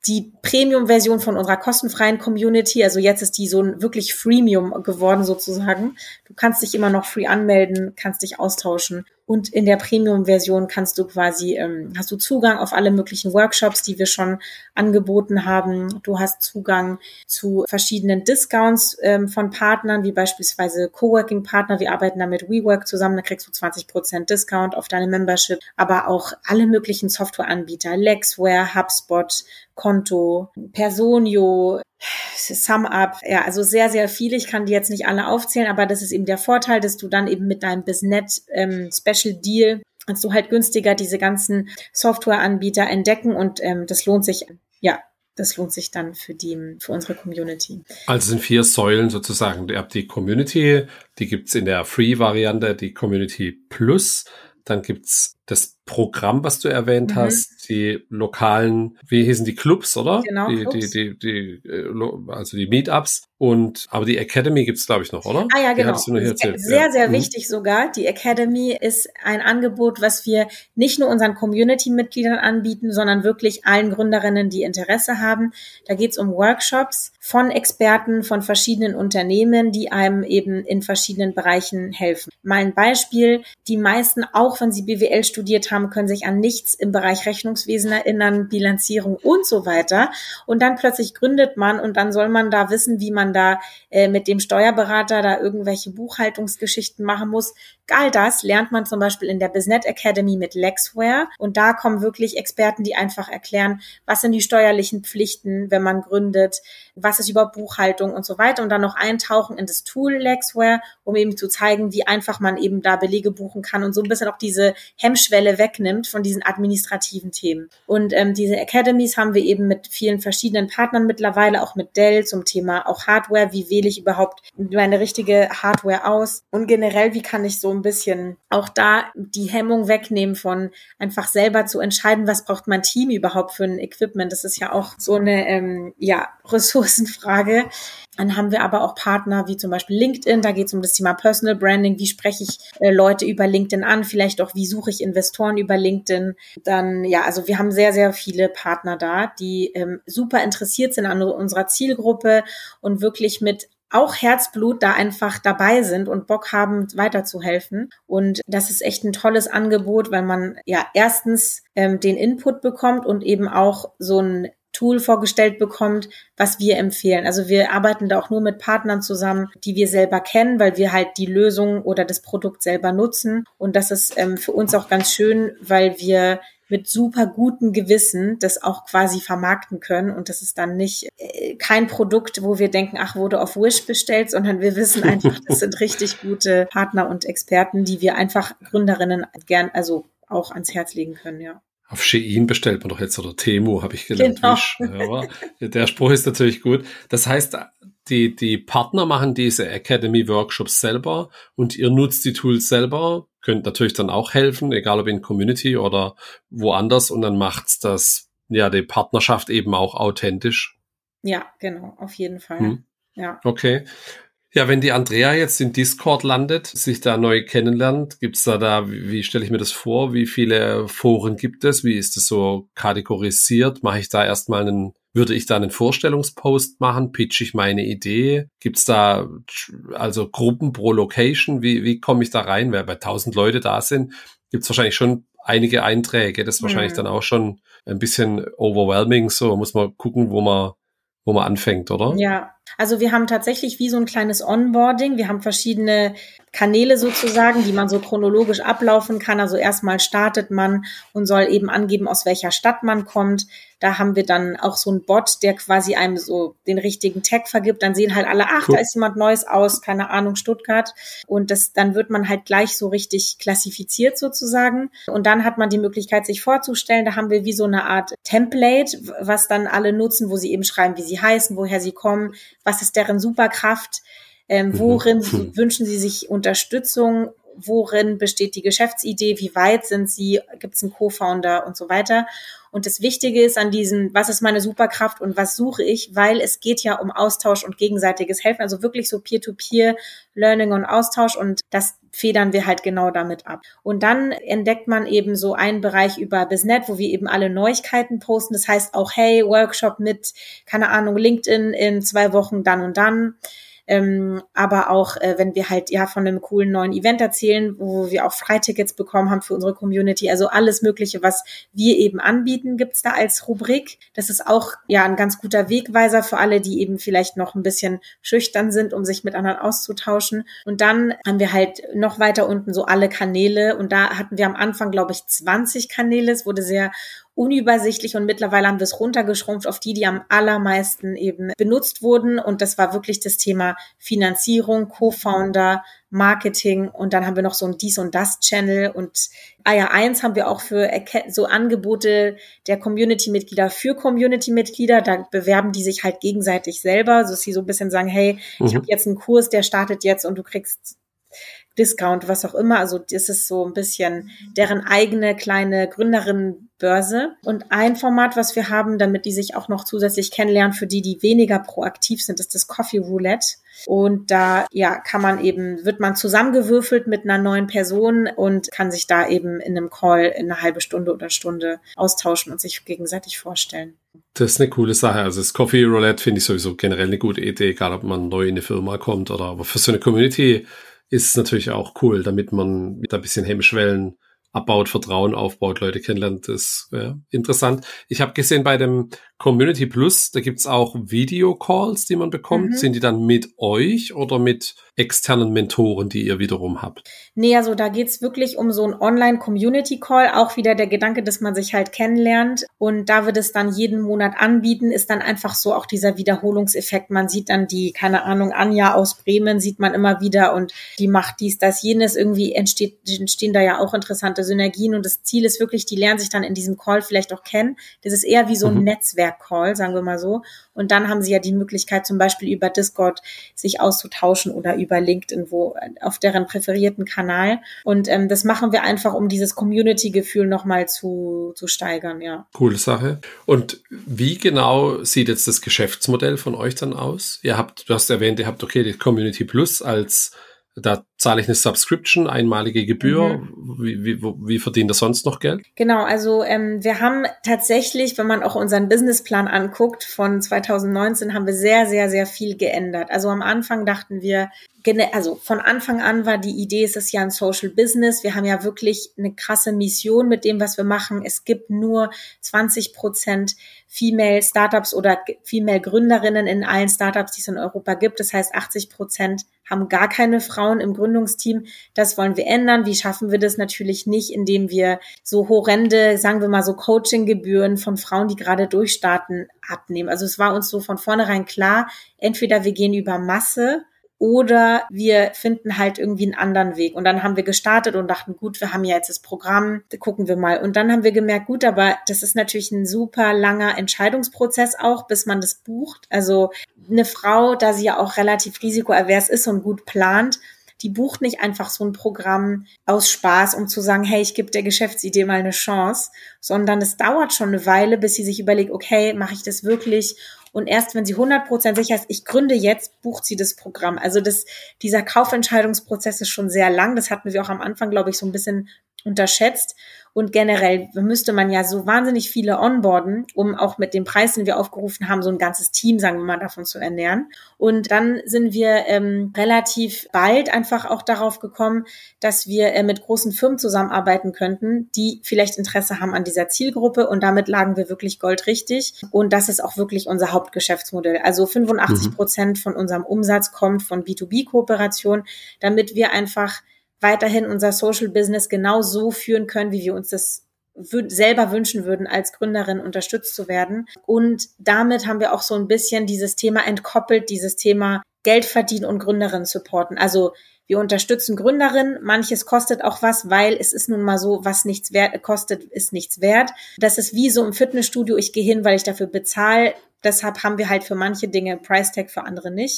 die Premium-Version von unserer kostenfreien Community. Also jetzt ist die so ein wirklich Freemium geworden sozusagen. Du kannst dich immer noch free anmelden, kannst dich austauschen. Und in der Premium-Version kannst du quasi, ähm, hast du Zugang auf alle möglichen Workshops, die wir schon angeboten haben. Du hast Zugang zu verschiedenen Discounts ähm, von Partnern, wie beispielsweise Coworking-Partner. Wir arbeiten da mit WeWork zusammen, da kriegst du zwanzig Prozent Discount auf deine Membership. Aber auch alle möglichen Softwareanbieter, Lexware, HubSpot, Konto, Personio, SumUp, ja, also sehr, sehr viele. Ich kann die jetzt nicht alle aufzählen, aber das ist eben der Vorteil, dass du dann eben mit deinem BizNet ähm, Special Deal kannst du halt günstiger diese ganzen Softwareanbieter entdecken und ähm, das lohnt sich, ja, das lohnt sich dann für die, für unsere Community. Also sind vier Säulen sozusagen. Ihr habt die Community, die gibt's in der Free-Variante, die Community Plus. Dann gibt's das Programm, was du erwähnt mhm. hast, die lokalen, wie hießen die Clubs, oder? Genau, die, Clubs. Die, die, die, also die Meetups. Und, aber die Academy gibt's, glaube ich, noch, oder? Ah ja, genau. Die hattest du noch hier erzählt. Sehr, ja. sehr mhm. wichtig sogar. Die Academy ist ein Angebot, was wir nicht nur unseren Community-Mitgliedern anbieten, sondern wirklich allen Gründerinnen, die Interesse haben. Da geht's um Workshops von Experten, von verschiedenen Unternehmen, die einem eben in verschiedenen Bereichen helfen. Mal ein Beispiel. Die meisten, auch wenn sie B W L studiert haben, können sich an nichts im Bereich Rechnungswesen erinnern, Bilanzierung und so weiter. Und dann plötzlich gründet man und dann soll man da wissen, wie man da äh, mit dem Steuerberater da irgendwelche Buchhaltungsgeschichten machen muss. All das lernt man zum Beispiel in der BizNet Academy mit Lexware. Und da kommen wirklich Experten, die einfach erklären, was sind die steuerlichen Pflichten, wenn man gründet, was ist überhaupt Buchhaltung und so weiter. Und dann noch eintauchen in das Tool Lexware, um eben zu zeigen, wie einfach man eben da Belege buchen kann und so ein bisschen auch diese Hemmschwelle wegnimmt von diesen administrativen Themen. Und ähm, diese Academies haben wir eben mit vielen verschiedenen Partnern mittlerweile, auch mit Dell zum Thema auch Hardware. Wie wähle ich überhaupt meine richtige Hardware aus? Und generell, wie kann ich so ein bisschen auch da die Hemmung wegnehmen von einfach selber zu entscheiden, was braucht mein Team überhaupt für ein Equipment? Das ist ja auch so eine ähm, ja Ressourcenfrage. Dann haben wir aber auch Partner wie zum Beispiel LinkedIn, da geht es um das Thema Personal Branding, wie spreche ich äh, Leute über LinkedIn an, vielleicht auch wie suche ich Investoren über LinkedIn. Dann, ja, also wir haben sehr, sehr viele Partner da, die ähm, super interessiert sind an unserer Zielgruppe und wirklich mit auch Herzblut da einfach dabei sind und Bock haben, weiterzuhelfen. Und das ist echt ein tolles Angebot, weil man ja erstens ähm, den Input bekommt und eben auch so ein Tool vorgestellt bekommt, was wir empfehlen. Also wir arbeiten da auch nur mit Partnern zusammen, die wir selber kennen, weil wir halt die Lösung oder das Produkt selber nutzen. Und das ist ähm, für uns auch ganz schön, weil wir mit super gutem Gewissen das auch quasi vermarkten können. Und das ist dann nicht äh, kein Produkt, wo wir denken, ach, wurde auf Wish bestellt, sondern wir wissen einfach, das sind richtig gute Partner und Experten, die wir einfach Gründerinnen gern, also auch ans Herz legen können, ja. Auf Shein bestellt man doch jetzt, oder Temu, habe ich gelernt. Genau. Wish. Aber der Spruch ist natürlich gut. Das heißt, die, die Partner machen diese Academy-Workshops selber und ihr nutzt die Tools selber, könnt natürlich dann auch helfen, egal ob in Community oder woanders, und dann macht's das, ja, die Partnerschaft eben auch authentisch. Ja, genau, auf jeden Fall. Hm. Ja. Okay. Ja, wenn die Andrea jetzt in Discord landet, sich da neu kennenlernt, gibt's da da, wie, wie stelle ich mir das vor? Wie viele Foren gibt es? Wie ist das so kategorisiert? Mache ich da erstmal einen, würde ich da einen Vorstellungspost machen? Pitch ich meine Idee? Gibt's da also Gruppen pro Location? Wie, wie komme ich da rein? Weil bei tausend Leute da sind, gibt's wahrscheinlich schon einige Einträge. Das ist wahrscheinlich hm. dann auch schon ein bisschen overwhelming. So muss man gucken, wo man, wo man anfängt, oder? Ja, also wir haben tatsächlich wie so ein kleines Onboarding. Wir haben verschiedene Kanäle sozusagen, die man so chronologisch ablaufen kann. Also erstmal startet man und soll eben angeben, aus welcher Stadt man kommt. Da haben wir dann auch so einen Bot, der quasi einem so den richtigen Tag vergibt. Dann sehen halt alle, ach, cool, da ist jemand Neues aus, keine Ahnung, Stuttgart. Und das, dann wird man halt gleich so richtig klassifiziert sozusagen. Und dann hat man die Möglichkeit, sich vorzustellen. Da haben wir wie so eine Art Template, was dann alle nutzen, wo sie eben schreiben, wie sie heißen, woher sie kommen, was ist deren Superkraft, ähm, worin mhm. wünschen sie sich Unterstützung, worin besteht die Geschäftsidee, wie weit sind sie, gibt es einen Co-Founder und so weiter. Und das Wichtige ist an diesem, was ist meine Superkraft und was suche ich, weil es geht ja um Austausch und gegenseitiges Helfen, also wirklich so Peer-to-Peer, Learning und Austausch, und das federn wir halt genau damit ab. Und dann entdeckt man eben so einen Bereich über Biznet, wo wir eben alle Neuigkeiten posten. Das heißt auch, hey, Workshop mit, keine Ahnung, LinkedIn in zwei Wochen dann und dann. Ähm, aber auch, äh, wenn wir halt ja von einem coolen neuen Event erzählen, wo wir auch Freitickets bekommen haben für unsere Community, also alles Mögliche, was wir eben anbieten, gibt's da als Rubrik. Das ist auch ja ein ganz guter Wegweiser für alle, die eben vielleicht noch ein bisschen schüchtern sind, um sich mit anderen auszutauschen. Und dann haben wir halt noch weiter unten so alle Kanäle, und da hatten wir am Anfang, glaube ich, zwanzig Kanäle. Es wurde sehr unübersichtlich und mittlerweile haben wir es runtergeschrumpft auf die, die am allermeisten eben benutzt wurden, und das war wirklich das Thema Finanzierung, Co-Founder, Marketing, und dann haben wir noch so ein Dies- und Das-Channel, und A ja eins haben wir auch für so Angebote der Community-Mitglieder für Community-Mitglieder, da bewerben die sich halt gegenseitig selber, so dass sie so ein bisschen sagen, hey, mhm. ich habe jetzt einen Kurs, der startet jetzt und du kriegst Discount, was auch immer. Also das ist so ein bisschen deren eigene kleine Gründerinnenbörse. Und ein Format, was wir haben, damit die sich auch noch zusätzlich kennenlernen, für die, die weniger proaktiv sind, ist das Coffee Roulette. Und da ja kann man eben, wird man zusammengewürfelt mit einer neuen Person und kann sich da eben in einem Call in eine halbe Stunde oder Stunde austauschen und sich gegenseitig vorstellen. Das ist eine coole Sache. Also das Coffee Roulette finde ich sowieso generell eine gute Idee, egal ob man neu in eine Firma kommt oder, aber für so eine Community ist es natürlich auch cool, damit man mit ein bisschen Hemmschwellen abbaut, Vertrauen aufbaut, Leute kennenlernt. Das ist ja, interessant. Ich habe gesehen, bei dem Community Plus, da gibt's auch Videocalls, die man bekommt. Mhm. Sind die dann mit euch oder mit externen Mentoren, die ihr wiederum habt? Nee, also da geht's wirklich um so einen Online-Community-Call. Auch wieder der Gedanke, dass man sich halt kennenlernt. Und da wird es dann jeden Monat anbieten, ist dann einfach so auch dieser Wiederholungseffekt. Man sieht dann die, keine Ahnung, Anja aus Bremen sieht man immer wieder und die macht dies, das, jenes. Irgendwie entsteht, entstehen da ja auch interessante Synergien. Und das Ziel ist wirklich, die lernen sich dann in diesem Call vielleicht auch kennen. Das ist eher wie so ein mhm. Netzwerk-Call, sagen wir mal so. Und dann haben sie ja die Möglichkeit, zum Beispiel über Discord sich auszutauschen oder über LinkedIn, wo auf deren präferierten Kanal. Und ähm, das machen wir einfach, um dieses Community-Gefühl nochmal zu, zu steigern, ja. Coole Sache. Und wie genau sieht jetzt das Geschäftsmodell von euch dann aus? Ihr habt, du hast erwähnt, ihr habt, okay, die Community Plus als, da zahle ich eine Subscription, einmalige Gebühr. Mhm. Wie, wie, wie verdient ihr sonst noch Geld? Genau, also ähm, wir haben tatsächlich, wenn man auch unseren Businessplan anguckt, von zwanzig neunzehn haben wir sehr, sehr, sehr viel geändert. Also am Anfang dachten wir, also von Anfang an war die Idee, es ist ja ein Social Business. Wir haben ja wirklich eine krasse Mission mit dem, was wir machen. Es gibt nur zwanzig Prozent Female Startups oder Female Gründerinnen in allen Startups, die es in Europa gibt. Das heißt, achtzig Prozent haben gar keine Frauen im Gründungsteam. Das wollen wir ändern. Wie schaffen wir das? Natürlich nicht, indem wir so horrende, sagen wir mal so Coachinggebühren von Frauen, die gerade durchstarten, abnehmen. Also es war uns so von vornherein klar, entweder wir gehen über Masse oder wir finden halt irgendwie einen anderen Weg. Und dann haben wir gestartet und dachten, gut, wir haben ja jetzt das Programm, gucken wir mal. Und dann haben wir gemerkt, gut, aber das ist natürlich ein super langer Entscheidungsprozess auch, bis man das bucht. Also eine Frau, da sie ja auch relativ risikoavers ist und gut plant, die bucht nicht einfach so ein Programm aus Spaß, um zu sagen, hey, ich gebe der Geschäftsidee mal eine Chance, sondern es dauert schon eine Weile, bis sie sich überlegt, okay, mache ich das wirklich? Und erst wenn sie hundert Prozent sicher ist, ich gründe jetzt, bucht sie das Programm. Also das, dieser Kaufentscheidungsprozess ist schon sehr lang. Das hatten wir auch am Anfang, glaube ich, so ein bisschen unterschätzt. Und generell müsste man ja so wahnsinnig viele onboarden, um auch mit dem Preis, den wir aufgerufen haben, so ein ganzes Team, sagen wir mal, davon zu ernähren. Und dann sind wir ähm, relativ bald einfach auch darauf gekommen, dass wir äh, mit großen Firmen zusammenarbeiten könnten, die vielleicht Interesse haben an dieser Zielgruppe. Und damit lagen wir wirklich goldrichtig. Und das ist auch wirklich unser Hauptgeschäftsmodell. Also fünfundachtzig Prozent mhm. von unserem Umsatz kommt von B zwei B-Kooperation, damit wir einfach weiterhin unser Social Business genau so führen können, wie wir uns das w- selber wünschen würden, als Gründerin unterstützt zu werden. Und damit haben wir auch so ein bisschen dieses Thema entkoppelt, dieses Thema Geld verdienen und Gründerinnen supporten. Also wir unterstützen Gründerinnen, manches kostet auch was, weil es ist nun mal so, was nichts wert kostet, ist nichts wert. Das ist wie so im Fitnessstudio, ich gehe hin, weil ich dafür bezahle. Deshalb haben wir halt für manche Dinge Price Tag, für andere nicht.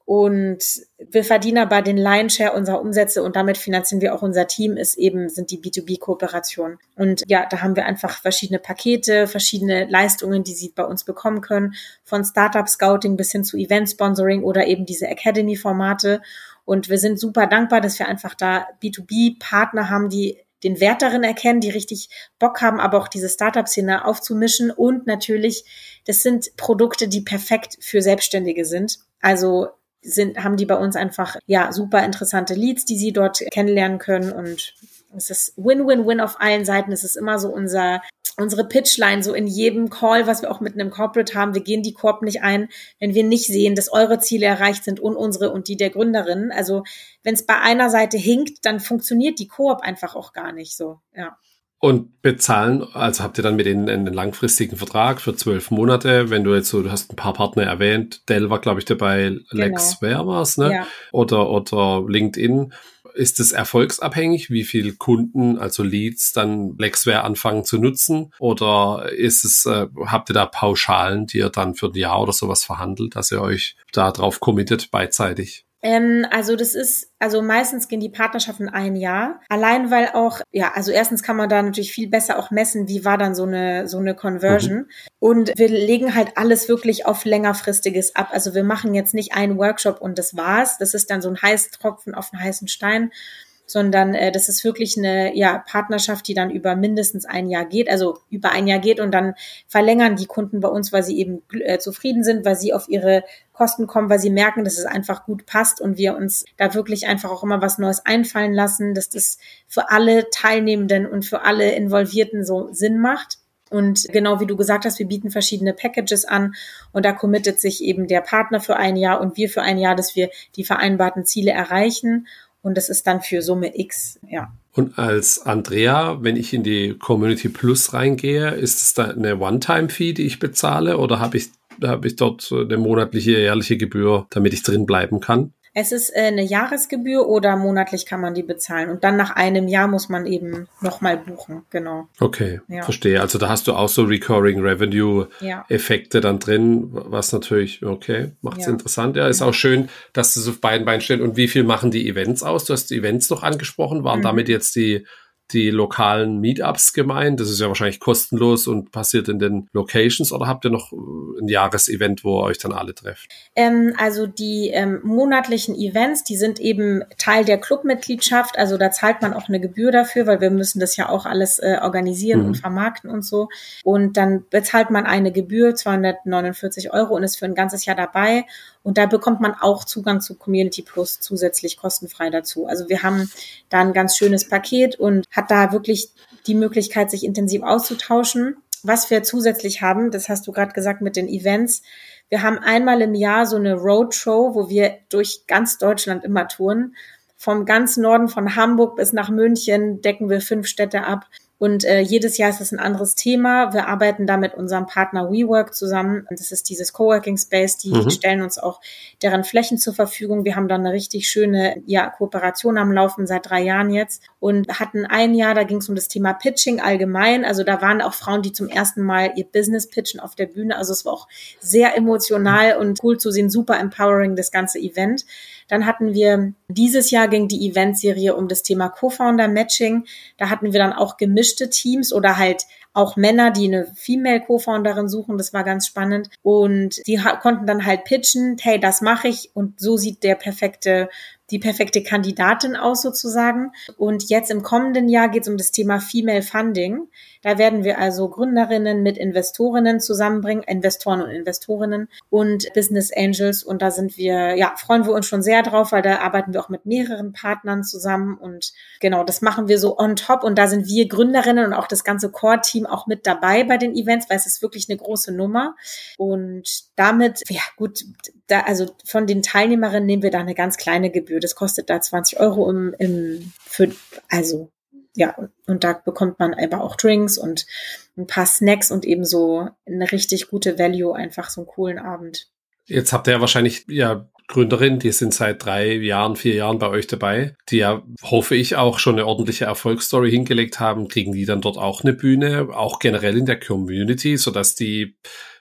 Und wir verdienen aber den Lionshare unserer Umsätze und damit finanzieren wir auch unser Team, ist eben, sind die B zwei B-Kooperationen. Und ja, da haben wir einfach verschiedene Pakete, verschiedene Leistungen, die Sie bei uns bekommen können, von Startup-Scouting bis hin zu Event-Sponsoring oder eben diese Academy-Formate. Und wir sind super dankbar, dass wir einfach da B zwei B-Partner haben, die den Wert darin erkennen, die richtig Bock haben, aber auch diese Startup-Szene aufzumischen. Und natürlich, das sind Produkte, die perfekt für Selbstständige sind. Also sind, haben die bei uns einfach, ja, super interessante Leads, die sie dort kennenlernen können. Und es ist Win-Win-Win auf allen Seiten. Es ist immer so unser, unsere Pitchline, so in jedem Call, was wir auch mit einem Corporate haben. Wir gehen die Koop nicht ein, wenn wir nicht sehen, dass eure Ziele erreicht sind und unsere und die der Gründerin. Also wenn es bei einer Seite hinkt, dann funktioniert die Koop einfach auch gar nicht so, ja. Und bezahlen, also habt ihr dann mit denen einen langfristigen Vertrag für zwölf Monate, wenn du jetzt so, du hast ein paar Partner erwähnt, Dell war, glaube ich, dabei, genau. Lexware war es, ne? Ja. Oder, oder LinkedIn. Ist es erfolgsabhängig, wie viel Kunden, also Leads, dann Lexware anfangen zu nutzen? Oder ist es, äh, habt ihr da Pauschalen, die ihr dann für ein Jahr oder sowas verhandelt, dass ihr euch da drauf committet beidseitig? Ähm, also das ist, also meistens gehen die Partnerschaften ein Jahr. Allein weil auch, ja, also erstens kann man da natürlich viel besser auch messen, wie war dann so eine, so eine Conversion. Mhm. Und wir legen halt alles wirklich auf längerfristiges ab. Also wir machen jetzt nicht einen Workshop und das war's. Das ist dann so ein Heißtropfen auf einen heißen Stein. Sondern äh, das ist wirklich eine ja Partnerschaft, die dann über mindestens ein Jahr geht, also über ein Jahr geht und dann verlängern die Kunden bei uns, weil sie eben äh, zufrieden sind, weil sie auf ihre Kosten kommen, weil sie merken, dass es einfach gut passt und wir uns da wirklich einfach auch immer was Neues einfallen lassen, dass das für alle Teilnehmenden und für alle Involvierten so Sinn macht. Und genau wie du gesagt hast, wir bieten verschiedene Packages an und da committet sich eben der Partner für ein Jahr und wir für ein Jahr, dass wir die vereinbarten Ziele erreichen. Und das ist dann für Summe X, ja. Und als Andrea, wenn ich in die Community Plus reingehe, ist es da eine One-Time-Fee, die ich bezahle? Oder habe ich, habe ich dort eine monatliche, jährliche Gebühr, damit ich drin bleiben kann? Es ist äh, eine Jahresgebühr oder monatlich kann man die bezahlen. Und dann nach einem Jahr muss man eben nochmal buchen, genau. Okay, ja. Verstehe. Also da hast du auch so Recurring Revenue-Effekte ja. dann drin, was natürlich, okay, macht es ja. interessant. Ja, ist ja. auch schön, dass das auf beiden Beinen steht. Und wie viel machen die Events aus? Du hast die Events noch angesprochen. Waren mhm. damit jetzt die die lokalen Meetups gemeint? Das ist ja wahrscheinlich kostenlos und passiert in den Locations, oder habt ihr noch ein Jahresevent, wo ihr euch dann alle trefft? Ähm, also die ähm, monatlichen Events, die sind eben Teil der Clubmitgliedschaft, also da zahlt man auch eine Gebühr dafür, weil wir müssen das ja auch alles äh, organisieren mhm. und vermarkten und so. Und dann bezahlt man eine Gebühr, zweihundertneunundvierzig Euro, und ist für ein ganzes Jahr dabei. Und da bekommt man auch Zugang zu Community Plus zusätzlich kostenfrei dazu. Also wir haben da ein ganz schönes Paket und hat da wirklich die Möglichkeit, sich intensiv auszutauschen. Was wir zusätzlich haben, das hast du gerade gesagt mit den Events. Wir haben einmal im Jahr so eine Roadshow, wo wir durch ganz Deutschland immer touren. Vom ganz Norden von Hamburg bis nach München decken wir fünf Städte ab. Und äh, jedes Jahr ist das ein anderes Thema. Wir arbeiten da mit unserem Partner WeWork zusammen. Das ist dieses Coworking Space. Die mhm. stellen uns auch deren Flächen zur Verfügung. Wir haben da eine richtig schöne ja, Kooperation am Laufen seit drei Jahren jetzt und hatten ein Jahr, da ging es um das Thema Pitching allgemein. Also da waren auch Frauen, die zum ersten Mal ihr Business pitchen auf der Bühne. Also es war auch sehr emotional und cool zu sehen, super empowering, das ganze Event. Dann hatten wir, dieses Jahr ging die Eventserie um das Thema Co-Founder-Matching. Da hatten wir dann auch gemischte Teams oder halt auch Männer, die eine Female Co-Founderin suchen. Das war ganz spannend. Und die ha- konnten dann halt pitchen, hey, das mache ich. Und so sieht der perfekte, die perfekte Kandidatin aus sozusagen. Und jetzt im kommenden Jahr geht es um das Thema Female Funding. Da werden wir also Gründerinnen mit Investorinnen zusammenbringen, Investoren und Investorinnen und Business Angels. Und da sind wir, ja, freuen wir uns schon sehr drauf, weil da arbeiten wir auch mit mehreren Partnern zusammen. Und genau, das machen wir so on top. Und da sind wir Gründerinnen und auch das ganze Core-Team auch mit dabei bei den Events, weil es ist wirklich eine große Nummer. Und damit, ja gut, da, also von den Teilnehmerinnen nehmen wir da eine ganz kleine Gebühr. Das kostet da zwanzig Euro im, im für, also ja, und da bekommt man aber auch Drinks und ein paar Snacks und eben so eine richtig gute Value, einfach so einen coolen Abend. Jetzt habt ihr ja wahrscheinlich ja Gründerinnen, die sind seit drei Jahren, vier Jahren bei euch dabei, die ja, hoffe ich, auch schon eine ordentliche Erfolgsstory hingelegt haben. Kriegen die dann dort auch eine Bühne, auch generell in der Community, sodass die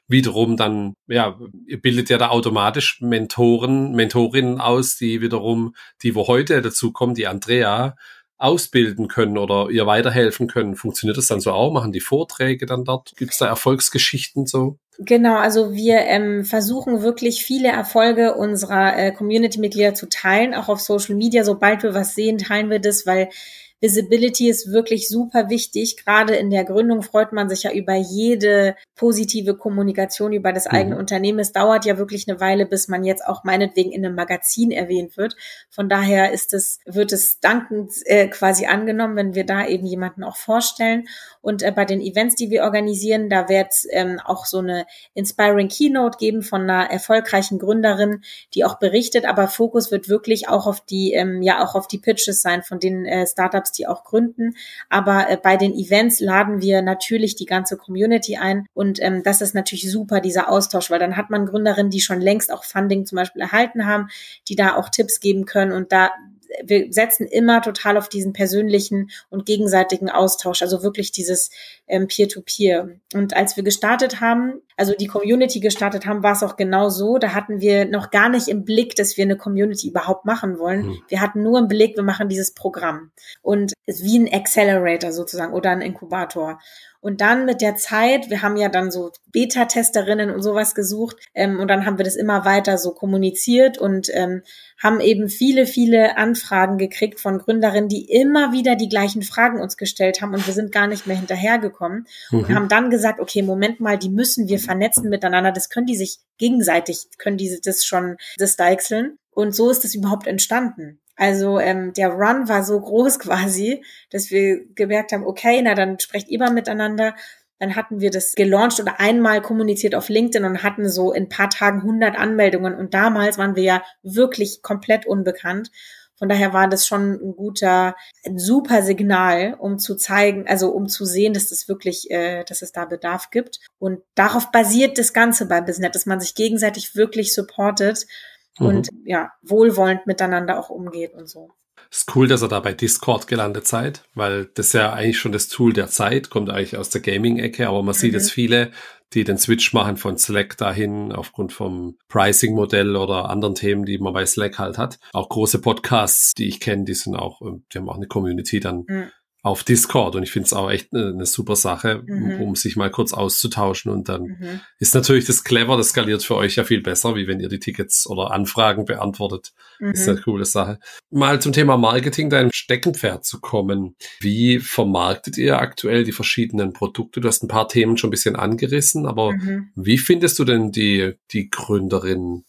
wiederum dann, ja, ihr bildet ja da automatisch Mentoren, Mentorinnen aus, die wiederum, die wo heute dazu kommen, die Andrea, ausbilden können oder ihr weiterhelfen können. Funktioniert das dann so auch? Machen die Vorträge dann dort? Gibt es da Erfolgsgeschichten so? Genau, also wir ähm, versuchen wirklich viele Erfolge unserer äh, Community-Mitglieder zu teilen, auch auf Social Media. Sobald wir was sehen, teilen wir das, weil Visibility ist wirklich super wichtig. Gerade in der Gründung freut man sich ja über jede positive Kommunikation über das eigene mhm. Unternehmen. Es dauert ja wirklich eine Weile, bis man jetzt auch meinetwegen in einem Magazin erwähnt wird. Von daher ist es, wird es dankend äh, quasi angenommen, wenn wir da eben jemanden auch vorstellen. Und äh, bei den Events, die wir organisieren, da wird es ähm, auch so eine Inspiring Keynote geben von einer erfolgreichen Gründerin, die auch berichtet. Aber Fokus wird wirklich auch auf die, ähm, ja auch auf die Pitches sein von den äh, Startups, die auch gründen. Aber äh, bei den Events laden wir natürlich die ganze Community ein. Und ähm, das ist natürlich super, dieser Austausch, weil dann hat man Gründerinnen, die schon längst auch Funding zum Beispiel erhalten haben, die da auch Tipps geben können. Und da wir setzen immer total auf diesen persönlichen und gegenseitigen Austausch, also wirklich dieses ähm, Peer-to-Peer. Und als wir gestartet haben, also die Community gestartet haben, war es auch genau so, da hatten wir noch gar nicht im Blick, dass wir eine Community überhaupt machen wollen. Mhm. Wir hatten nur im Blick, wir machen dieses Programm. Und es ist wie ein Accelerator sozusagen oder ein Inkubator. Und dann mit der Zeit, wir haben ja dann so Beta-Testerinnen und sowas gesucht ähm, und dann haben wir das immer weiter so kommuniziert und ähm, haben eben viele, viele Anfragen gekriegt von Gründerinnen, die immer wieder die gleichen Fragen uns gestellt haben und wir sind gar nicht mehr hinterhergekommen mhm. und haben dann gesagt, okay, Moment mal, die müssen wir vernetzen miteinander, das können die sich gegenseitig, können die das schon das deichseln und so ist es überhaupt entstanden. Also ähm, der Run war so groß quasi, dass wir gemerkt haben, okay, na dann sprecht ihr mal miteinander. Dann hatten wir das gelauncht oder einmal kommuniziert auf LinkedIn und hatten so in ein paar Tagen hundert Anmeldungen. Und damals waren wir ja wirklich komplett unbekannt. Von daher war das schon ein guter, ein super Signal, um zu zeigen, also um zu sehen, dass das wirklich, äh, dass es da Bedarf gibt. Und darauf basiert das Ganze bei BizNet, dass man sich gegenseitig wirklich supportet. Und mhm. ja, wohlwollend miteinander auch umgeht und so. Ist cool, dass ihr da bei Discord gelandet seid, weil das ist ja eigentlich schon das Tool der Zeit, kommt eigentlich aus der Gaming-Ecke, aber man mhm. sieht jetzt viele, die den Switch machen von Slack dahin aufgrund vom Pricing-Modell oder anderen Themen, die man bei Slack halt hat. Auch große Podcasts, die ich kenne, die sind auch, die haben auch eine Community dann mhm. auf Discord und ich finde es auch echt eine, eine super Sache, mhm. um sich mal kurz auszutauschen und dann mhm. ist natürlich das clever, das skaliert für euch ja viel besser, wie wenn ihr die Tickets oder Anfragen beantwortet. Mhm. Das ist eine coole Sache. Mal zum Thema Marketing, dein Steckenpferd zu kommen. Wie vermarktet ihr aktuell die verschiedenen Produkte? Du hast ein paar Themen schon ein bisschen angerissen, aber mhm. wie findest du denn die, die Gründerinnen?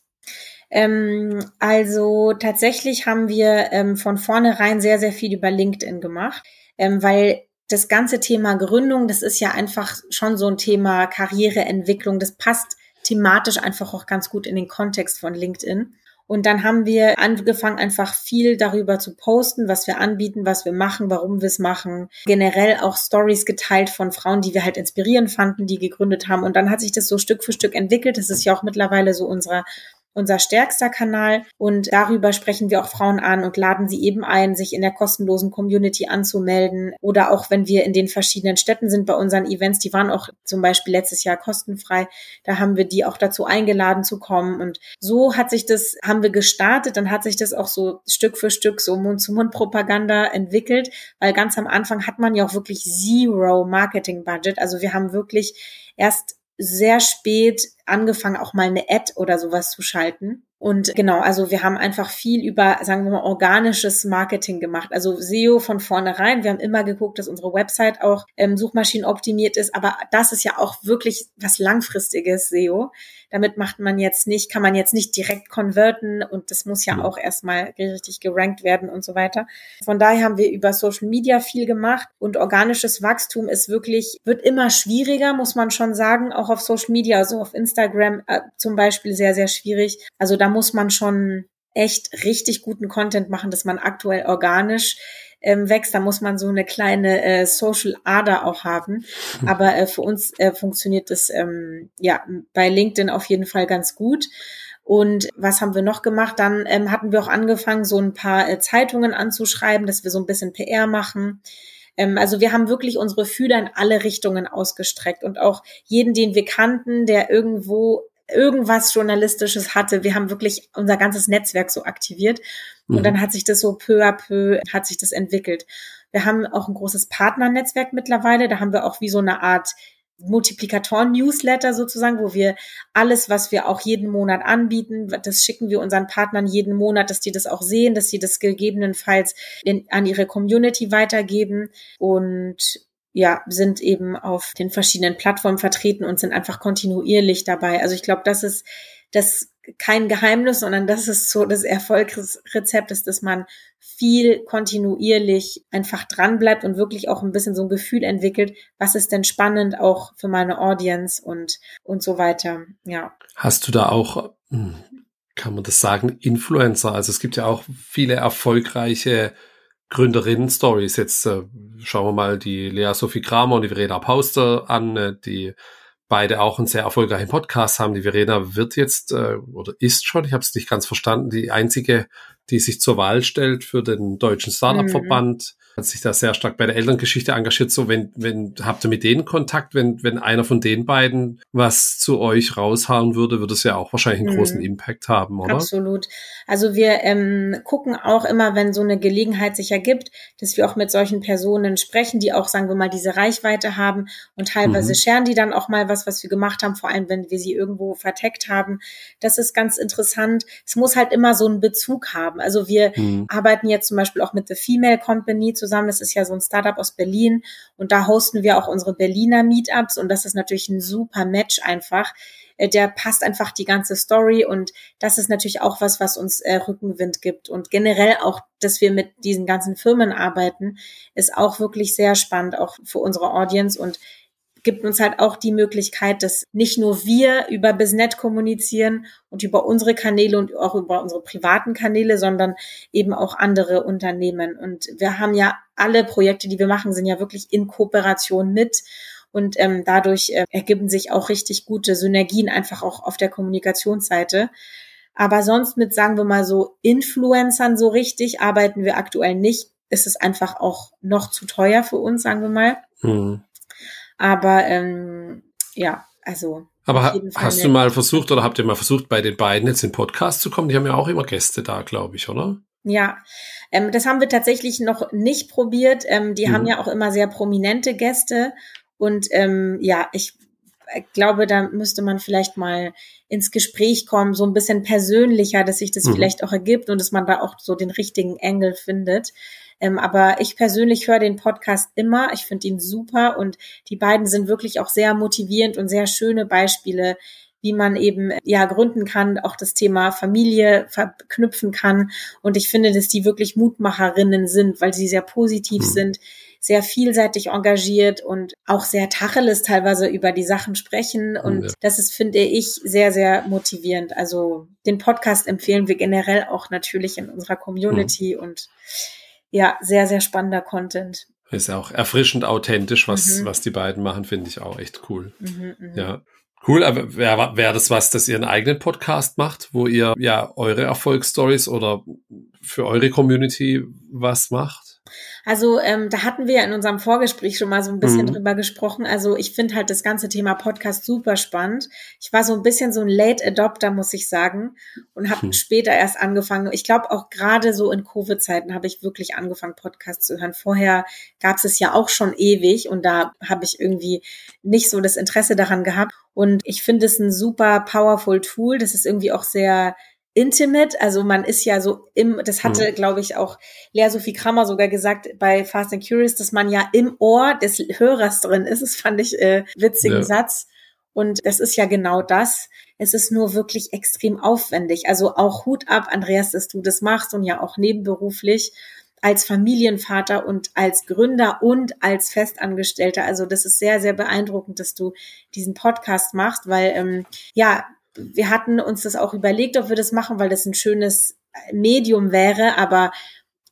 Ähm, also tatsächlich haben wir ähm, von vornherein sehr, sehr viel über LinkedIn gemacht. Ähm, weil das ganze Thema Gründung, das ist ja einfach schon so ein Thema Karriereentwicklung, das passt thematisch einfach auch ganz gut in den Kontext von LinkedIn. Und dann haben wir angefangen, einfach viel darüber zu posten, was wir anbieten, was wir machen, warum wir es machen. Generell auch Stories geteilt von Frauen, die wir halt inspirierend fanden, die gegründet haben. Und dann hat sich das so Stück für Stück entwickelt. Das ist ja auch mittlerweile so unsere unser stärkster Kanal und darüber sprechen wir auch Frauen an und laden sie eben ein, sich in der kostenlosen Community anzumelden oder auch wenn wir in den verschiedenen Städten sind bei unseren Events, die waren auch zum Beispiel letztes Jahr kostenfrei, da haben wir die auch dazu eingeladen zu kommen und so hat sich das, haben wir gestartet, dann hat sich das auch so Stück für Stück so Mund-zu-Mund-Propaganda entwickelt, weil ganz am Anfang hat man ja auch wirklich Zero Marketing-Budget, also wir haben wirklich erst sehr spät angefangen, auch mal eine Ad oder sowas zu schalten. Und genau, also wir haben einfach viel über, sagen wir mal, organisches Marketing gemacht. Also S E O von vornherein. Wir haben immer geguckt, dass unsere Website auch ähm, suchmaschinenoptimiert ist. Aber das ist ja auch wirklich was Langfristiges, S E O. Damit macht man jetzt nicht, kann man jetzt nicht direkt konverten und das muss ja auch erstmal richtig gerankt werden und so weiter. Von daher haben wir über Social Media viel gemacht und organisches Wachstum ist wirklich, wird immer schwieriger, muss man schon sagen, auch auf Social Media, also auf Instagram äh, zum Beispiel sehr, sehr schwierig. Also da muss man schon echt richtig guten Content machen, dass man aktuell organisch ähm, wächst. Da muss man so eine kleine äh, Social Ader auch haben. Aber äh, für uns äh, funktioniert das ähm, ja bei LinkedIn auf jeden Fall ganz gut. Und was haben wir noch gemacht? Dann ähm, hatten wir auch angefangen, so ein paar äh, Zeitungen anzuschreiben, dass wir so ein bisschen P R machen. Ähm, also wir haben wirklich unsere Fühler in alle Richtungen ausgestreckt und auch jeden, den wir kannten, der irgendwo irgendwas Journalistisches hatte. Wir haben wirklich unser ganzes Netzwerk so aktiviert und mhm. dann hat sich das so peu à peu, hat sich das entwickelt. Wir haben auch ein großes Partnernetzwerk mittlerweile, da haben wir auch wie so eine Art Multiplikatoren-Newsletter sozusagen, wo wir alles, was wir auch jeden Monat anbieten, das schicken wir unseren Partnern jeden Monat, dass die das auch sehen, dass sie das gegebenenfalls in, an ihre Community weitergeben und ja, sind eben auf den verschiedenen Plattformen vertreten und sind einfach kontinuierlich dabei. Also ich glaube, das ist das kein Geheimnis, sondern das ist so das Erfolgsrezept ist, dass man viel kontinuierlich einfach dran bleibt und wirklich auch ein bisschen so ein Gefühl entwickelt, was ist denn spannend auch für meine Audience und und so weiter. Ja. Hast du da auch, kann man das sagen, Influencer? Also es gibt ja auch viele erfolgreiche Gründerinnen-Stories. Jetzt äh, schauen wir mal die Lea Sophie Kramer und die Verena Pauster an, äh, die beide auch einen sehr erfolgreichen Podcast haben. Die Verena wird jetzt äh, oder ist schon, ich habe es nicht ganz verstanden, die einzige, die sich zur Wahl stellt für den Deutschen Startup-Verband. Mhm. Hat sich da sehr stark bei der Elterngeschichte engagiert. So, wenn, wenn, habt ihr mit denen Kontakt? Wenn, wenn einer von den beiden was zu euch raushauen würde, würde es ja auch wahrscheinlich einen mhm. großen Impact haben, oder? Absolut. Also wir ähm, gucken auch immer, wenn so eine Gelegenheit sich ergibt, dass wir auch mit solchen Personen sprechen, die auch, sagen wir mal, diese Reichweite haben und teilweise mhm. scheren die dann auch mal was, was wir gemacht haben, vor allem wenn wir sie irgendwo verteckt haben. Das ist ganz interessant. Es muss halt immer so einen Bezug haben. Also wir mhm. arbeiten jetzt zum Beispiel auch mit The Female Company zusammen. Das ist ja so ein Startup aus Berlin und da hosten wir auch unsere Berliner Meetups und das ist natürlich ein super Match einfach. Der passt einfach die ganze Story und das ist natürlich auch was, was uns äh, Rückenwind gibt und generell auch, dass wir mit diesen ganzen Firmen arbeiten, ist auch wirklich sehr spannend, auch für unsere Audience und gibt uns halt auch die Möglichkeit, dass nicht nur wir über BizNet kommunizieren und über unsere Kanäle und auch über unsere privaten Kanäle, sondern eben auch andere Unternehmen. Und wir haben ja alle Projekte, die wir machen, sind ja wirklich in Kooperation mit. Und ähm, dadurch äh, ergeben sich auch richtig gute Synergien einfach auch auf der Kommunikationsseite. Aber sonst mit, sagen wir mal so, Influencern so richtig arbeiten wir aktuell nicht. Es ist einfach auch noch zu teuer für uns, sagen wir mal. Mhm. Aber ähm, ja, also. Aber ha- hast du mal versucht oder habt ihr mal versucht, bei den beiden jetzt in den Podcast zu kommen? Die haben ja auch immer Gäste da, glaube ich, oder? Ja, ähm, das haben wir tatsächlich noch nicht probiert. Ähm, die mhm. haben ja auch immer sehr prominente Gäste. Und ähm, ja, ich glaube, da müsste man vielleicht mal ins Gespräch kommen, so ein bisschen persönlicher, dass sich das mhm. vielleicht auch ergibt und dass man da auch so den richtigen Angle findet. Ähm, aber ich persönlich höre den Podcast immer. Ich finde ihn super und die beiden sind wirklich auch sehr motivierend und sehr schöne Beispiele, wie man eben ja gründen kann, auch das Thema Familie verknüpfen kann. Und ich finde, dass die wirklich Mutmacherinnen sind, weil sie sehr positiv mhm. sind, sehr vielseitig engagiert und auch sehr Tacheles teilweise über die Sachen sprechen. Und ja. das ist, finde ich, sehr, sehr motivierend. Also den Podcast empfehlen wir generell auch natürlich in unserer Community mhm. und ja, sehr, sehr spannender Content. Ist auch erfrischend authentisch, was, mhm. was die beiden machen, finde ich auch echt cool. Mhm, mh. Ja. Cool, aber wäre wär das was, dass ihr einen eigenen Podcast macht, wo ihr ja eure Erfolgsstories oder für eure Community was macht? Also ähm, da hatten wir ja in unserem Vorgespräch schon mal so ein bisschen mhm. drüber gesprochen. Also ich finde halt das ganze Thema Podcast super spannend. Ich war so ein bisschen so ein Late Adopter, muss ich sagen, und habe mhm. später erst angefangen. Ich glaube auch gerade so in Covid-Zeiten habe ich wirklich angefangen, Podcasts zu hören. Vorher gab es es ja auch schon ewig und da habe ich irgendwie nicht so das Interesse daran gehabt. Und ich finde es ein super powerful Tool. Das ist irgendwie auch sehr intimate, also man ist ja so im, das hatte, mhm. glaube ich, auch Lea Sophie Kramer sogar gesagt bei Fast and Curious, dass man ja im Ohr des Hörers drin ist. Das fand ich äh, witzigen ja. Satz. Und das ist ja genau das. Es ist nur wirklich extrem aufwendig. Also auch Hut ab, Andreas, dass du das machst und ja auch nebenberuflich als Familienvater und als Gründer und als Festangestellter. Also das ist sehr, sehr beeindruckend, dass du diesen Podcast machst, weil ähm, ja, wir hatten uns das auch überlegt, ob wir das machen, weil das ein schönes Medium wäre, aber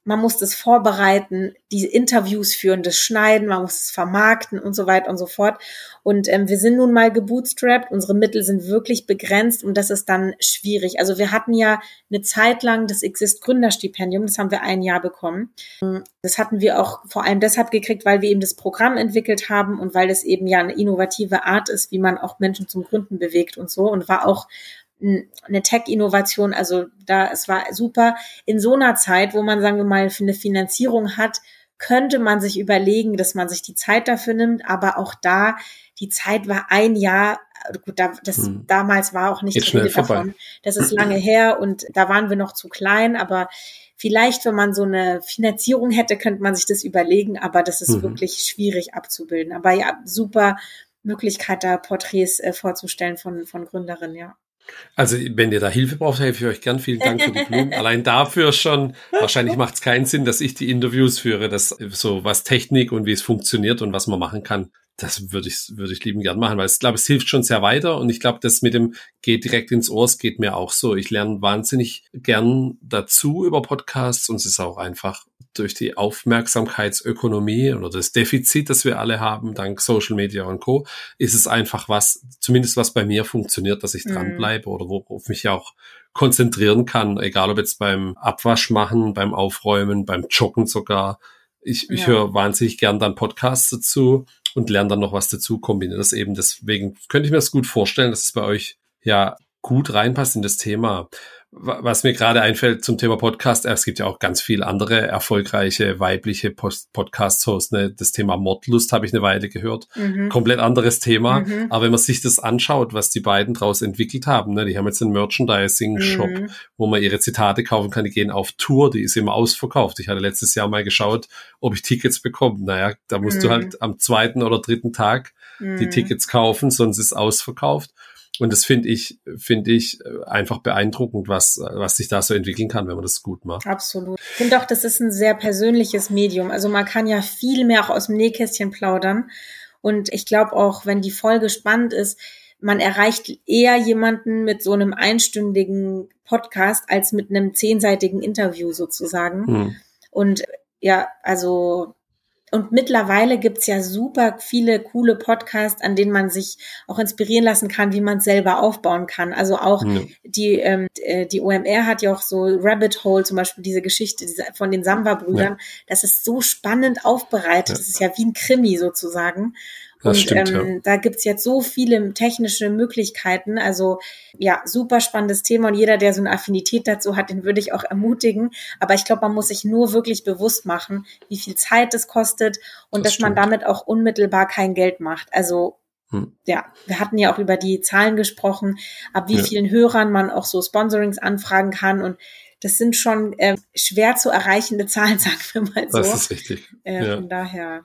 man muss das vorbereiten, die Interviews führen, das schneiden, man muss es vermarkten und so weiter und so fort. Und ähm, wir sind nun mal gebootstrapped, unsere Mittel sind wirklich begrenzt und das ist dann schwierig. Also wir hatten ja eine Zeit lang das Exist Gründerstipendium, das haben wir ein Jahr bekommen. Das hatten wir auch vor allem deshalb gekriegt, weil wir eben das Programm entwickelt haben und weil das eben ja eine innovative Art ist, wie man auch Menschen zum Gründen bewegt und so, und war auch eine Tech-Innovation, also da, es war super. In so einer Zeit, wo man, sagen wir mal, eine Finanzierung hat, könnte man sich überlegen, dass man sich die Zeit dafür nimmt, aber auch da, die Zeit war ein Jahr, gut, da, das hm. damals war auch nicht die Rede davon, das ist lange her und da waren wir noch zu klein, aber vielleicht, wenn man so eine Finanzierung hätte, könnte man sich das überlegen, aber das ist mhm. wirklich schwierig abzubilden. Aber ja, super Möglichkeit, da Porträts äh, vorzustellen von, von Gründerinnen, ja. Also wenn ihr da Hilfe braucht, helfe ich euch gern. Vielen Dank für die Blumen. Allein dafür schon, wahrscheinlich macht es keinen Sinn, dass ich die Interviews führe, dass so was Technik und wie es funktioniert und was man machen kann, das würde ich würde ich liebend gern machen, weil ich glaube, es hilft schon sehr weiter und ich glaube, das mit dem geht direkt ins Ohr, es geht mir auch so. Ich lerne wahnsinnig gern dazu über Podcasts und es ist auch einfach durch die Aufmerksamkeitsökonomie oder das Defizit, das wir alle haben, dank Social Media und Co., ist es einfach was, zumindest was bei mir funktioniert, dass ich dranbleibe oder worauf mich auch konzentrieren kann, egal ob jetzt beim Abwasch machen, beim Aufräumen, beim Joggen sogar. Ich, ich ja. höre wahnsinnig gern dann Podcasts dazu und lerne dann noch was dazu, kombiniere das eben. Deswegen könnte ich mir das gut vorstellen, dass es bei euch ja gut reinpasst in das Thema. Was mir gerade einfällt zum Thema Podcast, es gibt ja auch ganz viele andere erfolgreiche weibliche Podcast-Hosts. Ne? Das Thema Mordlust habe ich eine Weile gehört. Mhm. Komplett anderes Thema. Mhm. Aber wenn man sich das anschaut, was die beiden daraus entwickelt haben, ne? Die haben jetzt einen Merchandising-Shop, mhm. wo man ihre Zitate kaufen kann. Die gehen auf Tour, die ist immer ausverkauft. Ich hatte letztes Jahr mal geschaut, ob ich Tickets bekomme. Naja, da musst mhm. du halt am zweiten oder dritten Tag mhm. die Tickets kaufen, sonst ist es ausverkauft. Und das finde ich, finde ich einfach beeindruckend, was, was sich da so entwickeln kann, wenn man das gut macht. Absolut. Ich finde auch, das ist ein sehr persönliches Medium. Also man kann ja viel mehr auch aus dem Nähkästchen plaudern. Und ich glaube auch, wenn die Folge spannend ist, man erreicht eher jemanden mit so einem einstündigen Podcast als mit einem zehnseitigen Interview sozusagen. Hm. Und ja, also Und mittlerweile gibt's ja super viele coole Podcasts, an denen man sich auch inspirieren lassen kann, wie man es selber aufbauen kann. Also auch ja. die ähm, die O M R hat ja auch so Rabbit Hole, zum Beispiel diese Geschichte von den Samba-Brüdern. Ja. Das ist so spannend aufbereitet. Ja. Das ist ja wie ein Krimi sozusagen. Das und stimmt, ähm, ja. da gibt's jetzt so viele technische Möglichkeiten. Also ja, super spannendes Thema und jeder, der so eine Affinität dazu hat, den würde ich auch ermutigen. Aber ich glaube, man muss sich nur wirklich bewusst machen, wie viel Zeit es kostet und das dass stimmt. man damit auch unmittelbar kein Geld macht. Also hm. ja, wir hatten ja auch über die Zahlen gesprochen, ab wie ja. vielen Hörern man auch so Sponsorings anfragen kann und das sind schon äh, schwer zu erreichende Zahlen, sagen wir mal so. Das ist richtig. Äh, ja. Von daher...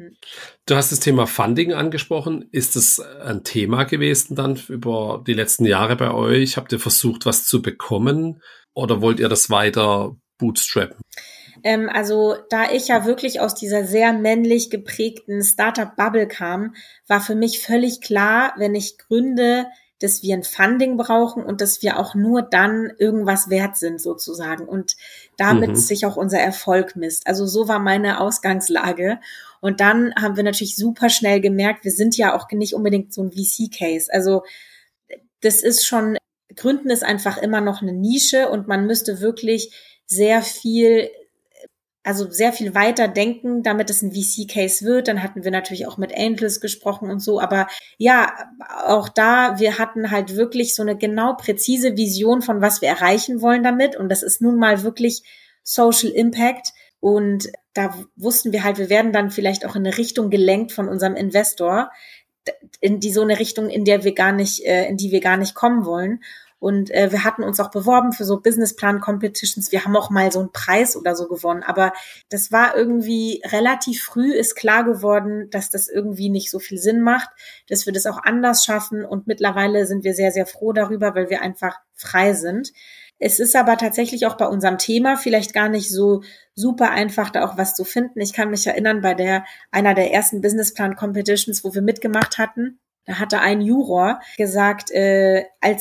Du hast das Thema Funding angesprochen. Ist es ein Thema gewesen dann über die letzten Jahre bei euch? Habt ihr versucht, was zu bekommen oder wollt ihr das weiter bootstrappen? Ähm, also da ich ja wirklich aus dieser sehr männlich geprägten Startup-Bubble kam, war für mich völlig klar, wenn ich gründe, dass wir ein Funding brauchen und dass wir auch nur dann irgendwas wert sind sozusagen und damit mhm. sich auch unser Erfolg misst. Also so war meine Ausgangslage. Und dann haben wir natürlich super schnell gemerkt, wir sind ja auch nicht unbedingt so ein V C-Case. Also das ist schon, Gründen ist einfach immer noch eine Nische und man müsste wirklich sehr viel also sehr viel weiter denken, damit es ein V C-Case wird. Dann hatten wir natürlich auch mit Angels gesprochen und so. Aber ja, auch da, wir hatten halt wirklich so eine genau präzise Vision von was wir erreichen wollen damit. Und das ist nun mal wirklich Social Impact. Und da wussten wir halt, wir werden dann vielleicht auch in eine Richtung gelenkt von unserem Investor, in die so eine Richtung, in der wir gar nicht, in die wir gar nicht kommen wollen. Und äh, wir hatten uns auch beworben für so Businessplan-Competitions. Wir haben auch mal so einen Preis oder so gewonnen. Aber das war irgendwie relativ früh, ist klar geworden, dass das irgendwie nicht so viel Sinn macht, dass wir das auch anders schaffen. Und mittlerweile sind wir sehr, sehr froh darüber, weil wir einfach frei sind. Es ist aber tatsächlich auch bei unserem Thema vielleicht gar nicht so super einfach, da auch was zu finden. Ich kann mich erinnern, bei der einer der ersten Businessplan-Competitions, wo wir mitgemacht hatten, da hatte ein Juror gesagt, äh, als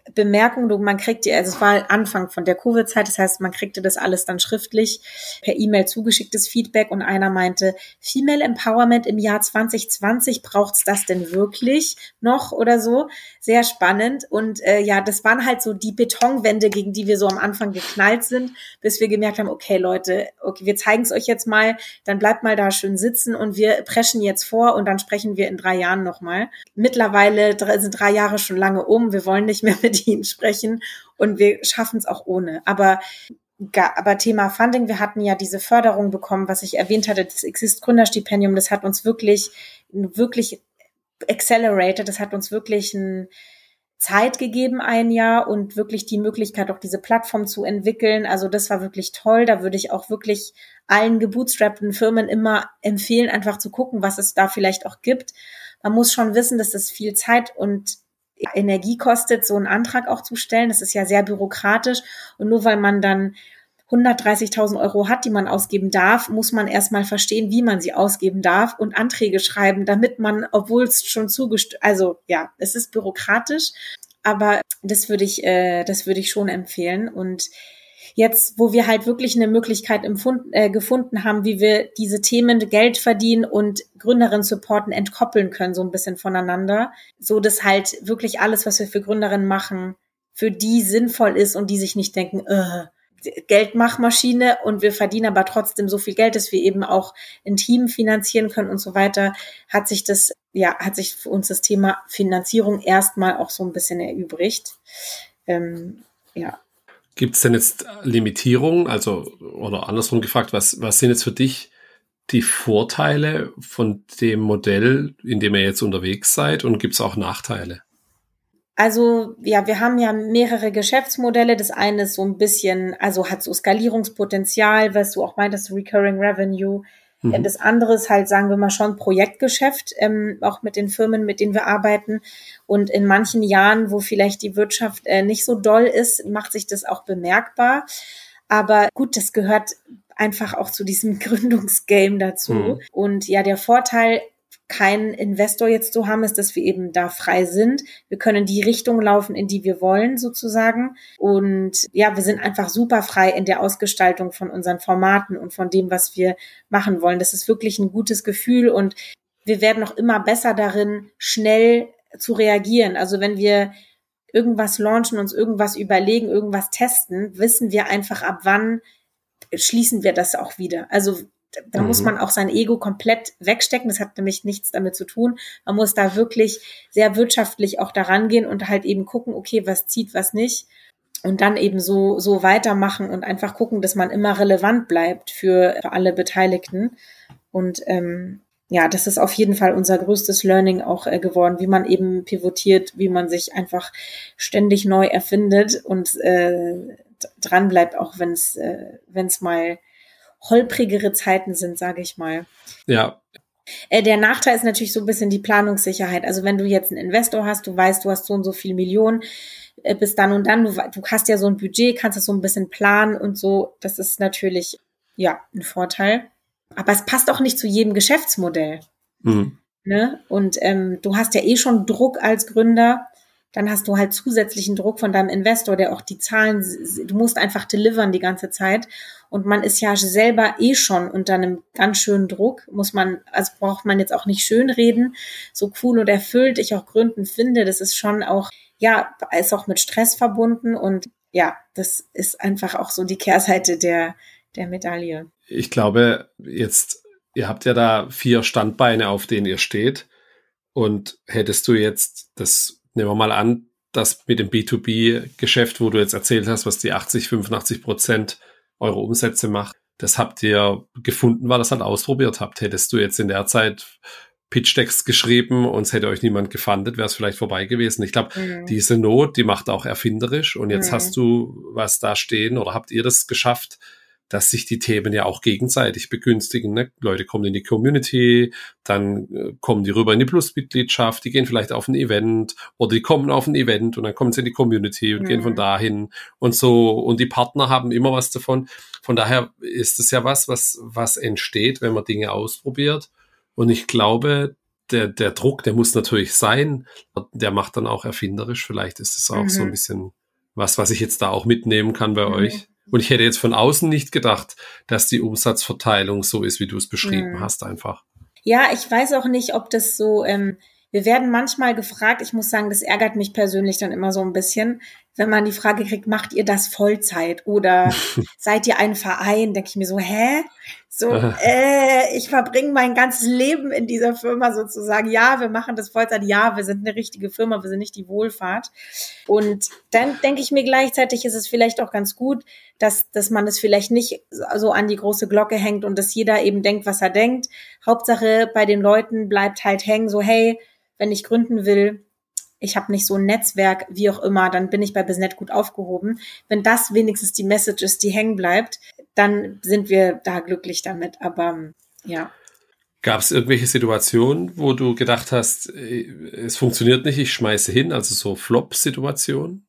Bemerkung, du, man kriegt die, also es war Anfang von der Covid-Zeit, das heißt, man kriegte das alles dann schriftlich per E-Mail zugeschicktes Feedback und einer meinte, Female Empowerment im Jahr zwanzig zwanzig, braucht's das denn wirklich noch oder so? Sehr spannend und äh, ja, das waren halt so die Betonwände, gegen die wir so am Anfang geknallt sind, bis wir gemerkt haben, okay Leute, okay, wir zeigen es euch jetzt mal, dann bleibt mal da schön sitzen und wir preschen jetzt vor und dann sprechen wir in drei Jahren nochmal. Mittlerweile sind drei Jahre schon lange um, wir wollen nicht mehr mit ihnen sprechen und wir schaffen es auch ohne. Aber, aber Thema Funding, wir hatten ja diese Förderung bekommen, was ich erwähnt hatte, das Exist-Gründerstipendium, das hat uns wirklich, wirklich accelerated, das hat uns wirklich ein Zeit gegeben, ein Jahr und wirklich die Möglichkeit, auch diese Plattform zu entwickeln. Also das war wirklich toll. Da würde ich auch wirklich allen gebootstrappten Firmen immer empfehlen, einfach zu gucken, was es da vielleicht auch gibt. Man muss schon wissen, dass das viel Zeit und Energie kostet, so einen Antrag auch zu stellen. Das ist ja sehr bürokratisch. Und nur weil man dann hundertdreißigtausend Euro hat, die man ausgeben darf, muss man erstmal verstehen, wie man sie ausgeben darf und Anträge schreiben, damit man, obwohl es schon zugestimmt, also ja, es ist bürokratisch, aber das würde ich, äh, das würde ich schon empfehlen. Und jetzt, wo wir halt wirklich eine Möglichkeit empfunden, äh, gefunden haben, wie wir diese Themen Geld verdienen und Gründerinnen supporten, entkoppeln können, so ein bisschen voneinander, so dass halt wirklich alles, was wir für Gründerinnen machen, für die sinnvoll ist und die sich nicht denken, äh, Geldmachmaschine und wir verdienen aber trotzdem so viel Geld, dass wir eben auch ein Team finanzieren können und so weiter, hat sich das, ja, hat sich für uns das Thema Finanzierung erstmal auch so ein bisschen erübrigt. Ähm, ja. Gibt es denn jetzt Limitierungen, also oder andersrum gefragt, was, was sind jetzt für dich die Vorteile von dem Modell, in dem ihr jetzt unterwegs seid und gibt es auch Nachteile? Also ja, wir haben ja mehrere Geschäftsmodelle. Das eine ist so ein bisschen, also hat so Skalierungspotenzial, was du auch meintest, Recurring Revenue. Mhm. Das andere ist halt, sagen wir mal, schon Projektgeschäft, ähm, auch mit den Firmen, mit denen wir arbeiten. Und in manchen Jahren, wo vielleicht die Wirtschaft äh, nicht so doll ist, macht sich das auch bemerkbar. Aber gut, das gehört einfach auch zu diesem Gründungsgame dazu. Mhm. Und ja, der Vorteil, keinen Investor jetzt zu haben, ist, dass wir eben da frei sind. Wir können die Richtung laufen, in die wir wollen, sozusagen. Und ja, wir sind einfach super frei in der Ausgestaltung von unseren Formaten und von dem, was wir machen wollen. Das ist wirklich ein gutes Gefühl und wir werden auch immer besser darin, schnell zu reagieren. Also wenn wir irgendwas launchen, uns irgendwas überlegen, irgendwas testen, wissen wir einfach, ab wann schließen wir das auch wieder. Also da mhm. muss man auch sein Ego komplett wegstecken. Das hat nämlich nichts damit zu tun. Man muss da wirklich sehr wirtschaftlich auch daran gehen und halt eben gucken, okay, was zieht, was nicht. Und dann eben so, so weitermachen und einfach gucken, dass man immer relevant bleibt für, für alle Beteiligten. Und ähm, ja, das ist auf jeden Fall unser größtes Learning auch äh, geworden, wie man eben pivotiert, wie man sich einfach ständig neu erfindet und äh, dran bleibt, auch wenn es äh, wenn es mal holprigere Zeiten sind, sage ich mal. Ja. Äh, der Nachteil ist natürlich so ein bisschen die Planungssicherheit. Also wenn du jetzt einen Investor hast, du weißt, du hast so und so viel Millionen äh, bis dann und dann, du, du hast ja so ein Budget, kannst das so ein bisschen planen und so. Das ist natürlich, ja, ein Vorteil. Aber es passt auch nicht zu jedem Geschäftsmodell. Mhm. Ne? Und ähm, du hast ja eh schon Druck als Gründer. Dann hast du halt zusätzlichen Druck von deinem Investor, der auch die Zahlen, du musst einfach delivern die ganze Zeit. Und man ist ja selber eh schon unter einem ganz schönen Druck, muss man, also braucht man jetzt auch nicht schönreden, so cool und erfüllt ich auch Gründen finde, das ist schon auch, ja, ist auch mit Stress verbunden und ja, das ist einfach auch so die Kehrseite der, der Medaille. Ich glaube, jetzt, ihr habt ja da vier Standbeine, auf denen ihr steht und hättest du jetzt das, nehmen wir mal an, das mit dem B zwei B-Geschäft, wo du jetzt erzählt hast, was die achtzig, fünfundachtzig Prozent eure Umsätze macht, das habt ihr gefunden, weil ihr es halt ausprobiert habt. Hättest du jetzt in der Zeit Pitch-Decks geschrieben und es hätte euch niemand gefundet, wäre es vielleicht vorbei gewesen. Ich glaube, mhm. diese Not, die macht auch erfinderisch und jetzt mhm. hast du was da stehen oder habt ihr das geschafft, dass sich die Themen ja auch gegenseitig begünstigen. Ne? Leute kommen in die Community, dann äh, kommen die rüber in die Plus-Mitgliedschaft, die gehen vielleicht auf ein Event oder die kommen auf ein Event und dann kommen sie in die Community und mhm. gehen von dahin und so. Und die Partner haben immer was davon. Von daher ist es ja was, was, was entsteht, wenn man Dinge ausprobiert. Und ich glaube, der, der Druck, der muss natürlich sein. Der macht dann auch erfinderisch. Vielleicht ist es auch Mhm. so ein bisschen was, was ich jetzt da auch mitnehmen kann bei Mhm. euch. Und ich hätte jetzt von außen nicht gedacht, dass die Umsatzverteilung so ist, wie du es beschrieben Mhm. hast, einfach. Ja, ich weiß auch nicht, ob das so, ähm, wir werden manchmal gefragt, ich muss sagen, das ärgert mich persönlich dann immer so ein bisschen, wenn man die Frage kriegt, macht ihr das Vollzeit oder seid ihr ein Verein? Denke ich mir so, hä? So, äh, ich verbringe mein ganzes Leben in dieser Firma sozusagen. Ja, wir machen das Vollzeit. Ja, wir sind eine richtige Firma, wir sind nicht die Wohlfahrt. Und dann denke ich mir gleichzeitig, ist es vielleicht auch ganz gut, dass, dass man es vielleicht nicht so an die große Glocke hängt und dass jeder eben denkt, was er denkt. Hauptsache bei den Leuten bleibt halt hängen, so hey, wenn ich gründen will, ich habe nicht so ein Netzwerk, wie auch immer, dann bin ich bei BizNet gut aufgehoben. Wenn das wenigstens die Message ist, die hängen bleibt, dann sind wir da glücklich damit. Aber ja. Gab es irgendwelche Situationen, wo du gedacht hast, es funktioniert nicht, ich schmeiße hin, also so Flop-Situationen?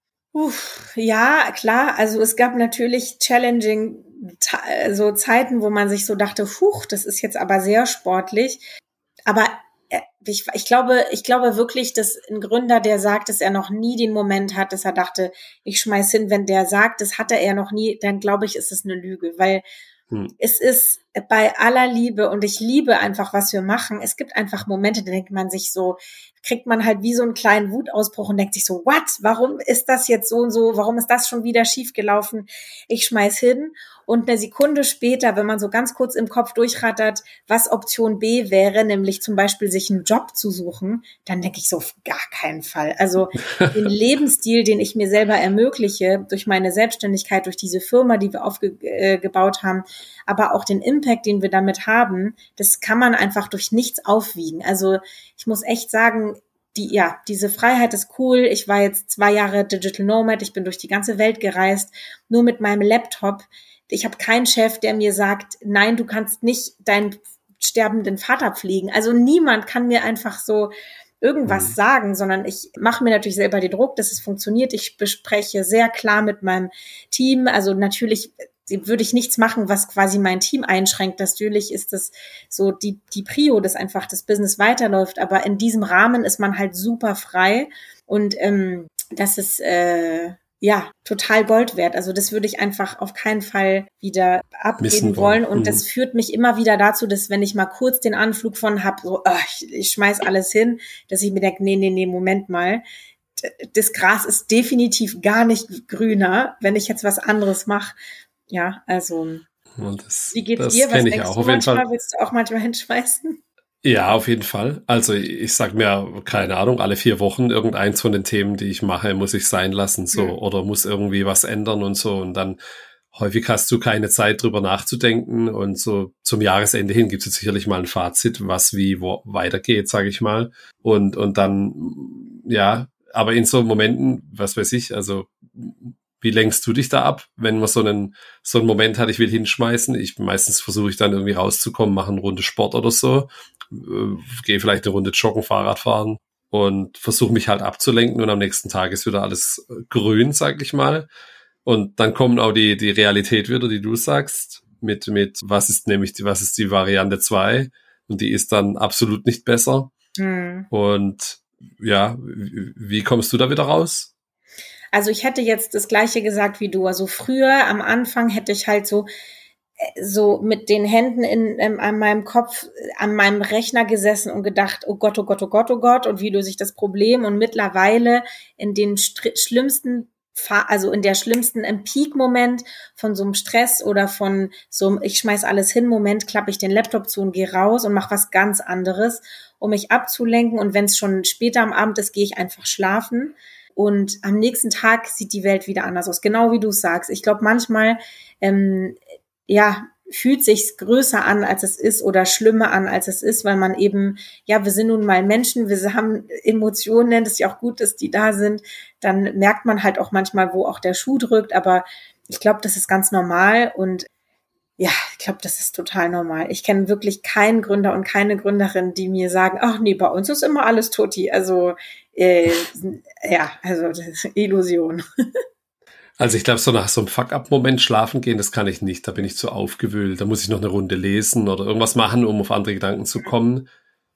Uff, ja, klar. Also es gab natürlich challenging so Zeiten, wo man sich so dachte, huch, das ist jetzt aber sehr sportlich. Aber Ich, ich glaube, ich glaube wirklich, dass ein Gründer, der sagt, dass er noch nie den Moment hat, dass er dachte, ich schmeiß hin, wenn der sagt, das hatte er noch nie, dann glaube ich, ist es eine Lüge, weil hm. es ist bei aller Liebe und ich liebe einfach, was wir machen. Es gibt einfach Momente, da denkt man sich so, kriegt man halt wie so einen kleinen Wutausbruch und denkt sich so, what? Warum ist das jetzt so und so? Warum ist das schon wieder schief gelaufen? Ich schmeiß hin. Und eine Sekunde später, wenn man so ganz kurz im Kopf durchrattert, was Option B wäre, nämlich zum Beispiel sich einen Job zu suchen, dann denke ich so, auf gar keinen Fall. Also den Lebensstil, den ich mir selber ermögliche, durch meine Selbstständigkeit, durch diese Firma, die wir aufgebaut haben, aber auch den Impact, den wir damit haben, das kann man einfach durch nichts aufwiegen. Also ich muss echt sagen, die, ja, diese Freiheit ist cool. Ich war jetzt zwei Jahre Digital Nomad. Ich bin durch die ganze Welt gereist, nur mit meinem Laptop. Ich habe keinen Chef, der mir sagt, nein, du kannst nicht deinen sterbenden Vater pflegen. Also niemand kann mir einfach so irgendwas mhm. sagen, sondern ich mache mir natürlich selber den Druck, dass es funktioniert. Ich bespreche sehr klar mit meinem Team. Also natürlich würde ich nichts machen, was quasi mein Team einschränkt. Natürlich ist das so die, die Prio, dass einfach das Business weiterläuft. Aber in diesem Rahmen ist man halt super frei. Und ähm, das ist äh, ja total Gold wert. Also das würde ich einfach auf keinen Fall wieder abgeben wollen. Und mhm. das führt mich immer wieder dazu, dass wenn ich mal kurz den Anflug von habe, so oh, ich, ich schmeiß alles hin, dass ich mir denke, nee, nee, nee, Moment mal. Das Gras ist definitiv gar nicht grüner, wenn ich jetzt was anderes mache. Ja, also das, wie geht's das dir? Was ich denkst auch, du auf jeden manchmal? Fall. Willst du auch manchmal hinschmeißen? Ja, auf jeden Fall. Also ich sag mir, keine Ahnung, alle vier Wochen irgendeins von den Themen, die ich mache, muss ich sein lassen, so, mhm. oder muss irgendwie was ändern und so. Und dann häufig hast du keine Zeit, drüber nachzudenken. Und so zum Jahresende hin gibt es jetzt sicherlich mal ein Fazit, was wie wo weitergeht, sage ich mal. Und und dann, ja, aber in so Momenten, was weiß ich, also wie lenkst du dich da ab, wenn man so einen so einen Moment hat, ich will hinschmeißen? Ich meistens versuche ich dann irgendwie rauszukommen, mache eine Runde Sport oder so, äh, gehe vielleicht eine Runde joggen, Fahrrad fahren und versuche mich halt abzulenken und am nächsten Tag ist wieder alles grün, sag ich mal. Und dann kommen auch die die Realität wieder, die du sagst, mit mit was ist nämlich die, was ist die Variante zwei und die ist dann absolut nicht besser. Mhm. Und ja, wie, wie kommst du da wieder raus? Also ich hätte jetzt das Gleiche gesagt wie du. Also früher am Anfang hätte ich halt so so mit den Händen in, in an meinem Kopf an meinem Rechner gesessen und gedacht, oh Gott, oh Gott, oh Gott, oh Gott, und wie löse ich das Problem? Und mittlerweile in den str- schlimmsten also in der schlimmsten im Peak-Moment von so einem Stress oder von so einem ich schmeiß alles hin Moment, klappe ich den Laptop zu und gehe raus und mache was ganz anderes, um mich abzulenken. Und wenn es schon später am Abend ist, gehe ich einfach schlafen. Und am nächsten Tag sieht die Welt wieder anders aus, genau wie du sagst. Ich glaube, manchmal ähm, ja fühlt sich's größer an, als es ist oder schlimmer an, als es ist, weil man eben, ja, wir sind nun mal Menschen, wir haben Emotionen, das ist ja auch gut, dass die da sind. Dann merkt man halt auch manchmal, wo auch der Schuh drückt, aber ich glaube, das ist ganz normal und ja, ich glaube, das ist total normal. Ich kenne wirklich keinen Gründer und keine Gründerin, die mir sagen, ach nee, bei uns ist immer alles tutti. Also äh, ja, also das ist Illusion. Also ich glaube, so nach so einem Fuck-up-Moment schlafen gehen, das kann ich nicht. Da bin ich zu aufgewühlt. Da muss ich noch eine Runde lesen oder irgendwas machen, um auf andere Gedanken zu kommen.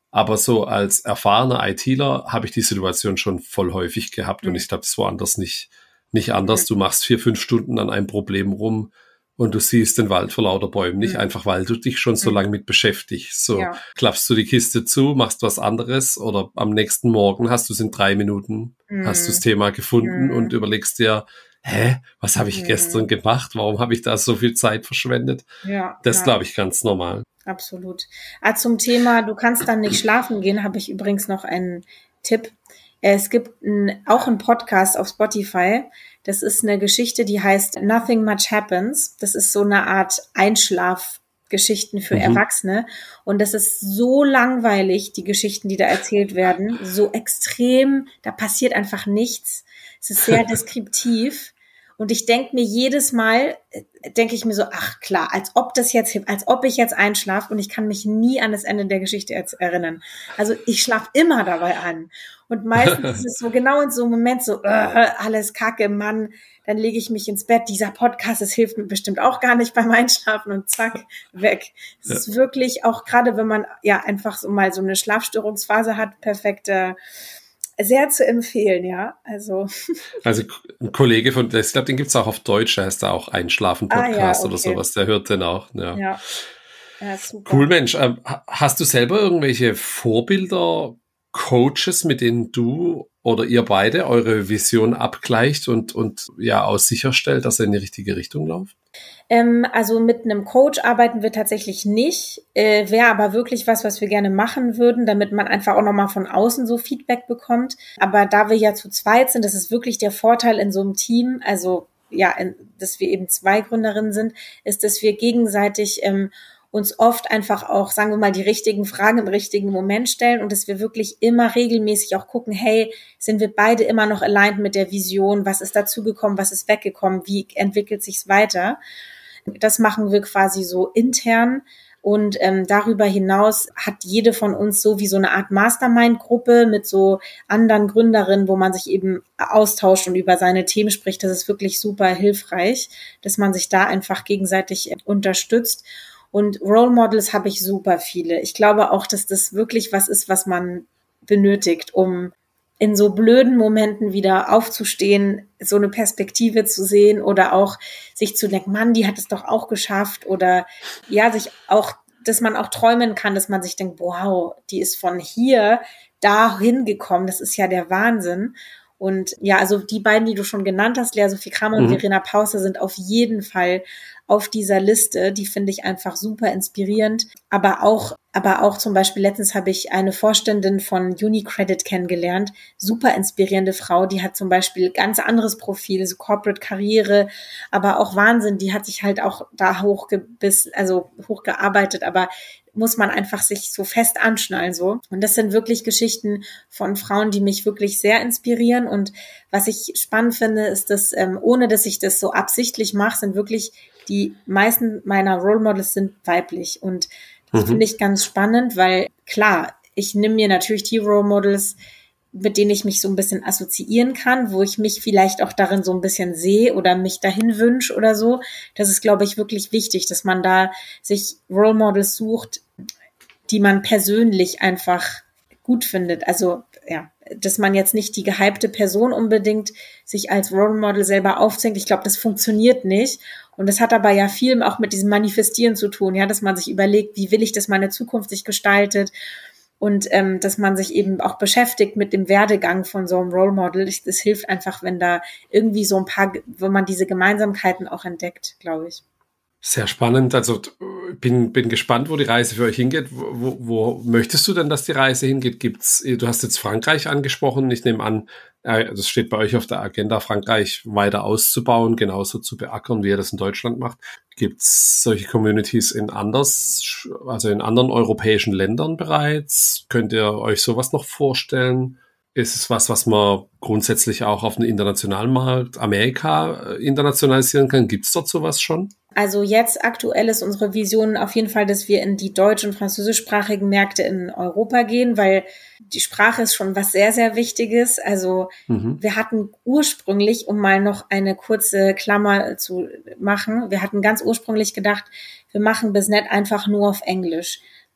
Aber so als erfahrener ITler habe ich die Situation schon voll häufig gehabt Mhm. und ich glaube, es ist woanders nicht, nicht anders. Du machst vier, fünf Stunden an einem Problem rum und du siehst den Wald vor lauter Bäumen nicht, Mhm. einfach weil du dich schon so Mhm. lange mit beschäftigst. So Ja. klappst du die Kiste zu, machst was anderes oder am nächsten Morgen hast du es in drei Minuten, Mhm. hast du das Thema gefunden Mhm. und überlegst dir, hä, was habe ich Mhm. gestern gemacht? Warum habe ich da so viel Zeit verschwendet? Ja, Das ja. glaube ich ganz normal. Absolut. Ah, zum Thema, du kannst dann nicht schlafen gehen, habe ich übrigens noch einen Tipp. Es gibt ein, auch einen Podcast auf Spotify. Das ist eine Geschichte, die heißt Nothing Much Happens. Das ist so eine Art Einschlafgeschichten für Mhm. Erwachsene. Und das ist so langweilig, die Geschichten, die da erzählt werden. So extrem, da passiert einfach nichts. Es ist sehr deskriptiv. Und ich denke mir jedes Mal, denke ich mir so, ach klar, als ob das jetzt, als ob ich jetzt einschlafe und ich kann mich nie an das Ende der Geschichte erinnern. Also ich schlafe immer dabei an. Und meistens ist es so genau in so einem Moment so, äh, alles Kacke, Mann, dann lege ich mich ins Bett. Dieser Podcast, das hilft mir bestimmt auch gar nicht beim Einschlafen und zack, weg. Es ist wirklich auch gerade, wenn man ja einfach so mal so eine Schlafstörungsphase hat, perfekte, sehr zu empfehlen, ja. Also, also ein Kollege von, ich glaube, den gibt's auch auf Deutsch, der heißt da auch Einschlafen-Podcast ah, ja, oder okay. sowas, der hört den auch. Ja, ja. Ja, super. Cool, Mensch. Ähm, hast du selber irgendwelche Vorbilder, Coaches, mit denen du oder ihr beide eure Vision abgleicht und, und ja auch sicherstellt, dass er in die richtige Richtung läuft? Ähm, also mit einem Coach arbeiten wir tatsächlich nicht, äh, wäre aber wirklich was, was wir gerne machen würden, damit man einfach auch nochmal von außen so Feedback bekommt. Aber da wir ja zu zweit sind, das ist wirklich der Vorteil in so einem Team, also ja, in, dass wir eben zwei Gründerinnen sind, ist, dass wir gegenseitig ähm, uns oft einfach auch, sagen wir mal, die richtigen Fragen im richtigen Moment stellen und dass wir wirklich immer regelmäßig auch gucken, hey, sind wir beide immer noch aligned mit der Vision, was ist dazugekommen, was ist weggekommen, wie entwickelt sich's weiter? Das machen wir quasi so intern. Und ähm, darüber hinaus hat jede von uns so wie so eine Art Mastermind-Gruppe mit so anderen Gründerinnen, wo man sich eben austauscht und über seine Themen spricht. Das ist wirklich super hilfreich, dass man sich da einfach gegenseitig unterstützt. Und Role Models habe ich super viele. Ich glaube auch, dass das wirklich was ist, was man benötigt, um in so blöden Momenten wieder aufzustehen, so eine Perspektive zu sehen oder auch sich zu denken, Mann, die hat es doch auch geschafft oder ja, sich auch, dass man auch träumen kann, dass man sich denkt, wow, die ist von hier dahin gekommen, das ist ja der Wahnsinn. Und ja, also die beiden, die du schon genannt hast, Lea Sophie Kramer und Mhm. Verena Pauster, sind auf jeden Fall auf dieser Liste. Die finde ich einfach super inspirierend. Aber auch, aber auch zum Beispiel letztens habe ich eine Vorständin von UniCredit kennengelernt. Super inspirierende Frau. Die hat zum Beispiel ganz anderes Profil, so Corporate Karriere, aber auch Wahnsinn. Die hat sich halt auch da hochgebiss, also hochgearbeitet, aber muss man einfach sich so fest anschnallen, so. Und das sind wirklich Geschichten von Frauen, die mich wirklich sehr inspirieren. Und was ich spannend finde, ist, dass, ähm, ohne dass ich das so absichtlich mache, sind wirklich die meisten meiner Role Models sind weiblich. Und das Mhm. finde ich ganz spannend, weil klar, ich nehme mir natürlich die Role Models, mit denen ich mich so ein bisschen assoziieren kann, wo ich mich vielleicht auch darin so ein bisschen sehe oder mich dahin wünsche oder so. Das ist, glaube ich, wirklich wichtig, dass man da sich Role Models sucht, die man persönlich einfach gut findet. Also, ja, dass man jetzt nicht die gehypte Person unbedingt sich als Role Model selber aufzwingt. Ich glaube, das funktioniert nicht. Und das hat aber ja viel auch mit diesem Manifestieren zu tun, ja, dass man sich überlegt, wie will ich, dass meine Zukunft sich gestaltet und ähm, dass man sich eben auch beschäftigt mit dem Werdegang von so einem Role Model. Es hilft einfach, wenn da irgendwie so ein paar, wenn man diese Gemeinsamkeiten auch entdeckt, glaube ich. Sehr spannend. Also bin bin gespannt, wo die Reise für euch hingeht. Wo, wo möchtest du denn, dass die Reise hingeht? Gibt's? Du hast jetzt Frankreich angesprochen. Ich nehme an, das steht bei euch auf der Agenda, Frankreich weiter auszubauen, genauso zu beackern, wie ihr das in Deutschland macht. Gibt's solche Communities in anders, also in anderen europäischen Ländern bereits? Könnt ihr euch sowas noch vorstellen? Ist es was, was man grundsätzlich auch auf einem internationalen Markt, Amerika, internationalisieren kann? Gibt's dort sowas schon? Also jetzt aktuell ist unsere Vision auf jeden Fall, dass wir in die deutsch- und französischsprachigen Märkte in Europa gehen, weil die Sprache ist schon was sehr, sehr Wichtiges. Also mhm. wir hatten ursprünglich, um mal noch eine kurze Klammer zu machen, wir hatten ganz ursprünglich gedacht, wir machen BizNet einfach nur auf Englisch,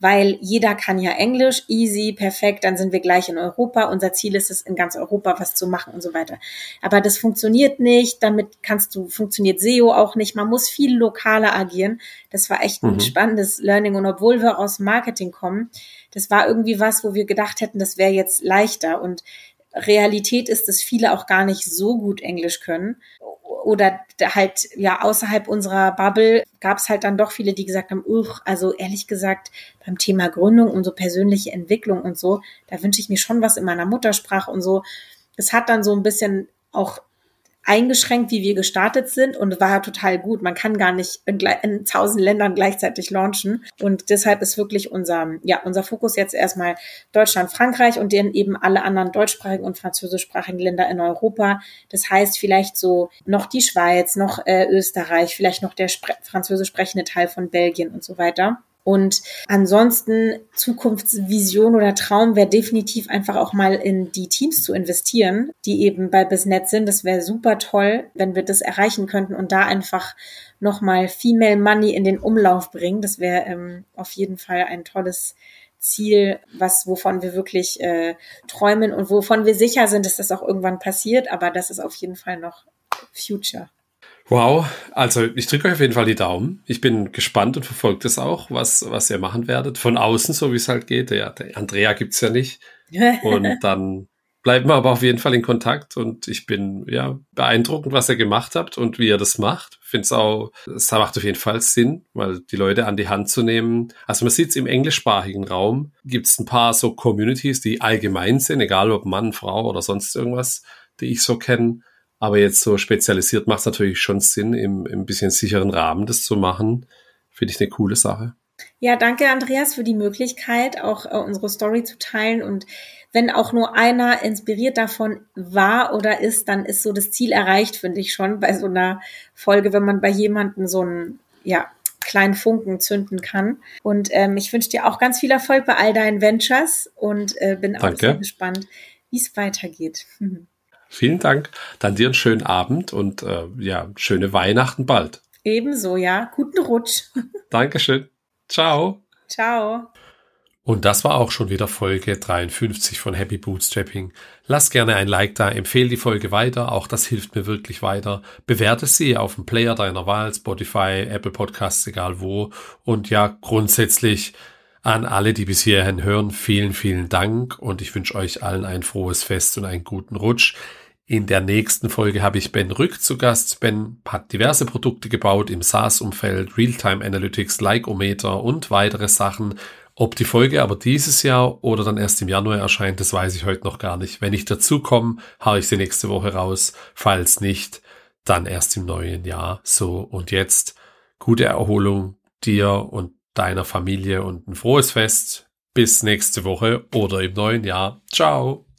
weil jeder kann ja Englisch, easy, perfekt, dann sind wir gleich in Europa. Unser Ziel ist es, in ganz Europa was zu machen und so weiter. Aber das funktioniert nicht, damit kannst du, funktioniert S E O auch nicht. Man muss viel lokaler agieren. Das war echt ein mhm. spannendes Learning. Und obwohl wir aus Marketing kommen, das war irgendwie was, wo wir gedacht hätten, das wäre jetzt leichter. Und Realität ist, dass viele auch gar nicht so gut Englisch können oder halt ja außerhalb unserer Bubble gab es halt dann doch viele, die gesagt haben, uch, also ehrlich gesagt beim Thema Gründung und so persönliche Entwicklung und so, da wünsche ich mir schon was in meiner Muttersprache und so. Es hat dann so ein bisschen auch eingeschränkt, wie wir gestartet sind und war total gut. Man kann gar nicht in, in tausend Ländern gleichzeitig launchen und deshalb ist wirklich unser, ja, unser Fokus jetzt erstmal Deutschland, Frankreich und dann eben alle anderen deutschsprachigen und französischsprachigen Länder in Europa. Das heißt vielleicht so noch die Schweiz, noch äh, Österreich, vielleicht noch der spre- französisch sprechende Teil von Belgien und so weiter. Und ansonsten Zukunftsvision oder Traum wäre definitiv einfach auch mal in die Teams zu investieren, die eben bei BizNet sind. Das wäre super toll, wenn wir das erreichen könnten und da einfach nochmal Female Money in den Umlauf bringen. Das wäre ähm, auf jeden Fall ein tolles Ziel, was wovon wir wirklich äh, träumen und wovon wir sicher sind, dass das auch irgendwann passiert. Aber das ist auf jeden Fall noch Future. Wow, also ich drücke euch auf jeden Fall die Daumen. Ich bin gespannt und verfolge das auch, was was ihr machen werdet. Von außen, so wie es halt geht. Der, der Andrea gibt's ja nicht. Und dann bleiben wir aber auf jeden Fall in Kontakt. Und ich bin ja beeindruckend, was ihr gemacht habt und wie ihr das macht. Ich finde es auch, es macht auf jeden Fall Sinn, weil die Leute an die Hand zu nehmen. Also man sieht es im englischsprachigen Raum, gibt's ein paar so Communities, die allgemein sind, egal ob Mann, Frau oder sonst irgendwas, die ich so kenne. Aber jetzt so spezialisiert macht es natürlich schon Sinn, im, im bisschen sicheren Rahmen das zu machen. Finde ich eine coole Sache. Ja, danke Andreas für die Möglichkeit, auch äh, unsere Story zu teilen. Und wenn auch nur einer inspiriert davon war oder ist, dann ist so das Ziel erreicht, finde ich schon, bei so einer Folge, wenn man bei jemandem so einen ja, kleinen Funken zünden kann. Und ähm, ich wünsche dir auch ganz viel Erfolg bei all deinen Ventures und äh, bin danke. Auch sehr gespannt, wie es weitergeht. Vielen Dank. Dann dir einen schönen Abend und äh, ja, schöne Weihnachten bald. Ebenso, ja. Guten Rutsch. Dankeschön. Ciao. Ciao. Und das war auch schon wieder Folge dreiundfünfzig von Happy Bootstrapping. Lass gerne ein Like da, empfehle die Folge weiter, auch das hilft mir wirklich weiter. Bewerte sie auf dem Player deiner Wahl, Spotify, Apple Podcasts, egal wo. Und ja, grundsätzlich an alle, die bis hierhin hören, vielen, vielen Dank und ich wünsche euch allen ein frohes Fest und einen guten Rutsch. In der nächsten Folge habe ich Ben Rück zu Gast. Ben hat diverse Produkte gebaut im SaaS-Umfeld, Realtime Analytics, Like-O-Meter und weitere Sachen. Ob die Folge aber dieses Jahr oder dann erst im Januar erscheint, das weiß ich heute noch gar nicht. Wenn ich dazu komme, haue ich sie nächste Woche raus. Falls nicht, dann erst im neuen Jahr. So, und jetzt gute Erholung dir und deiner Familie und ein frohes Fest. Bis nächste Woche oder im neuen Jahr. Ciao.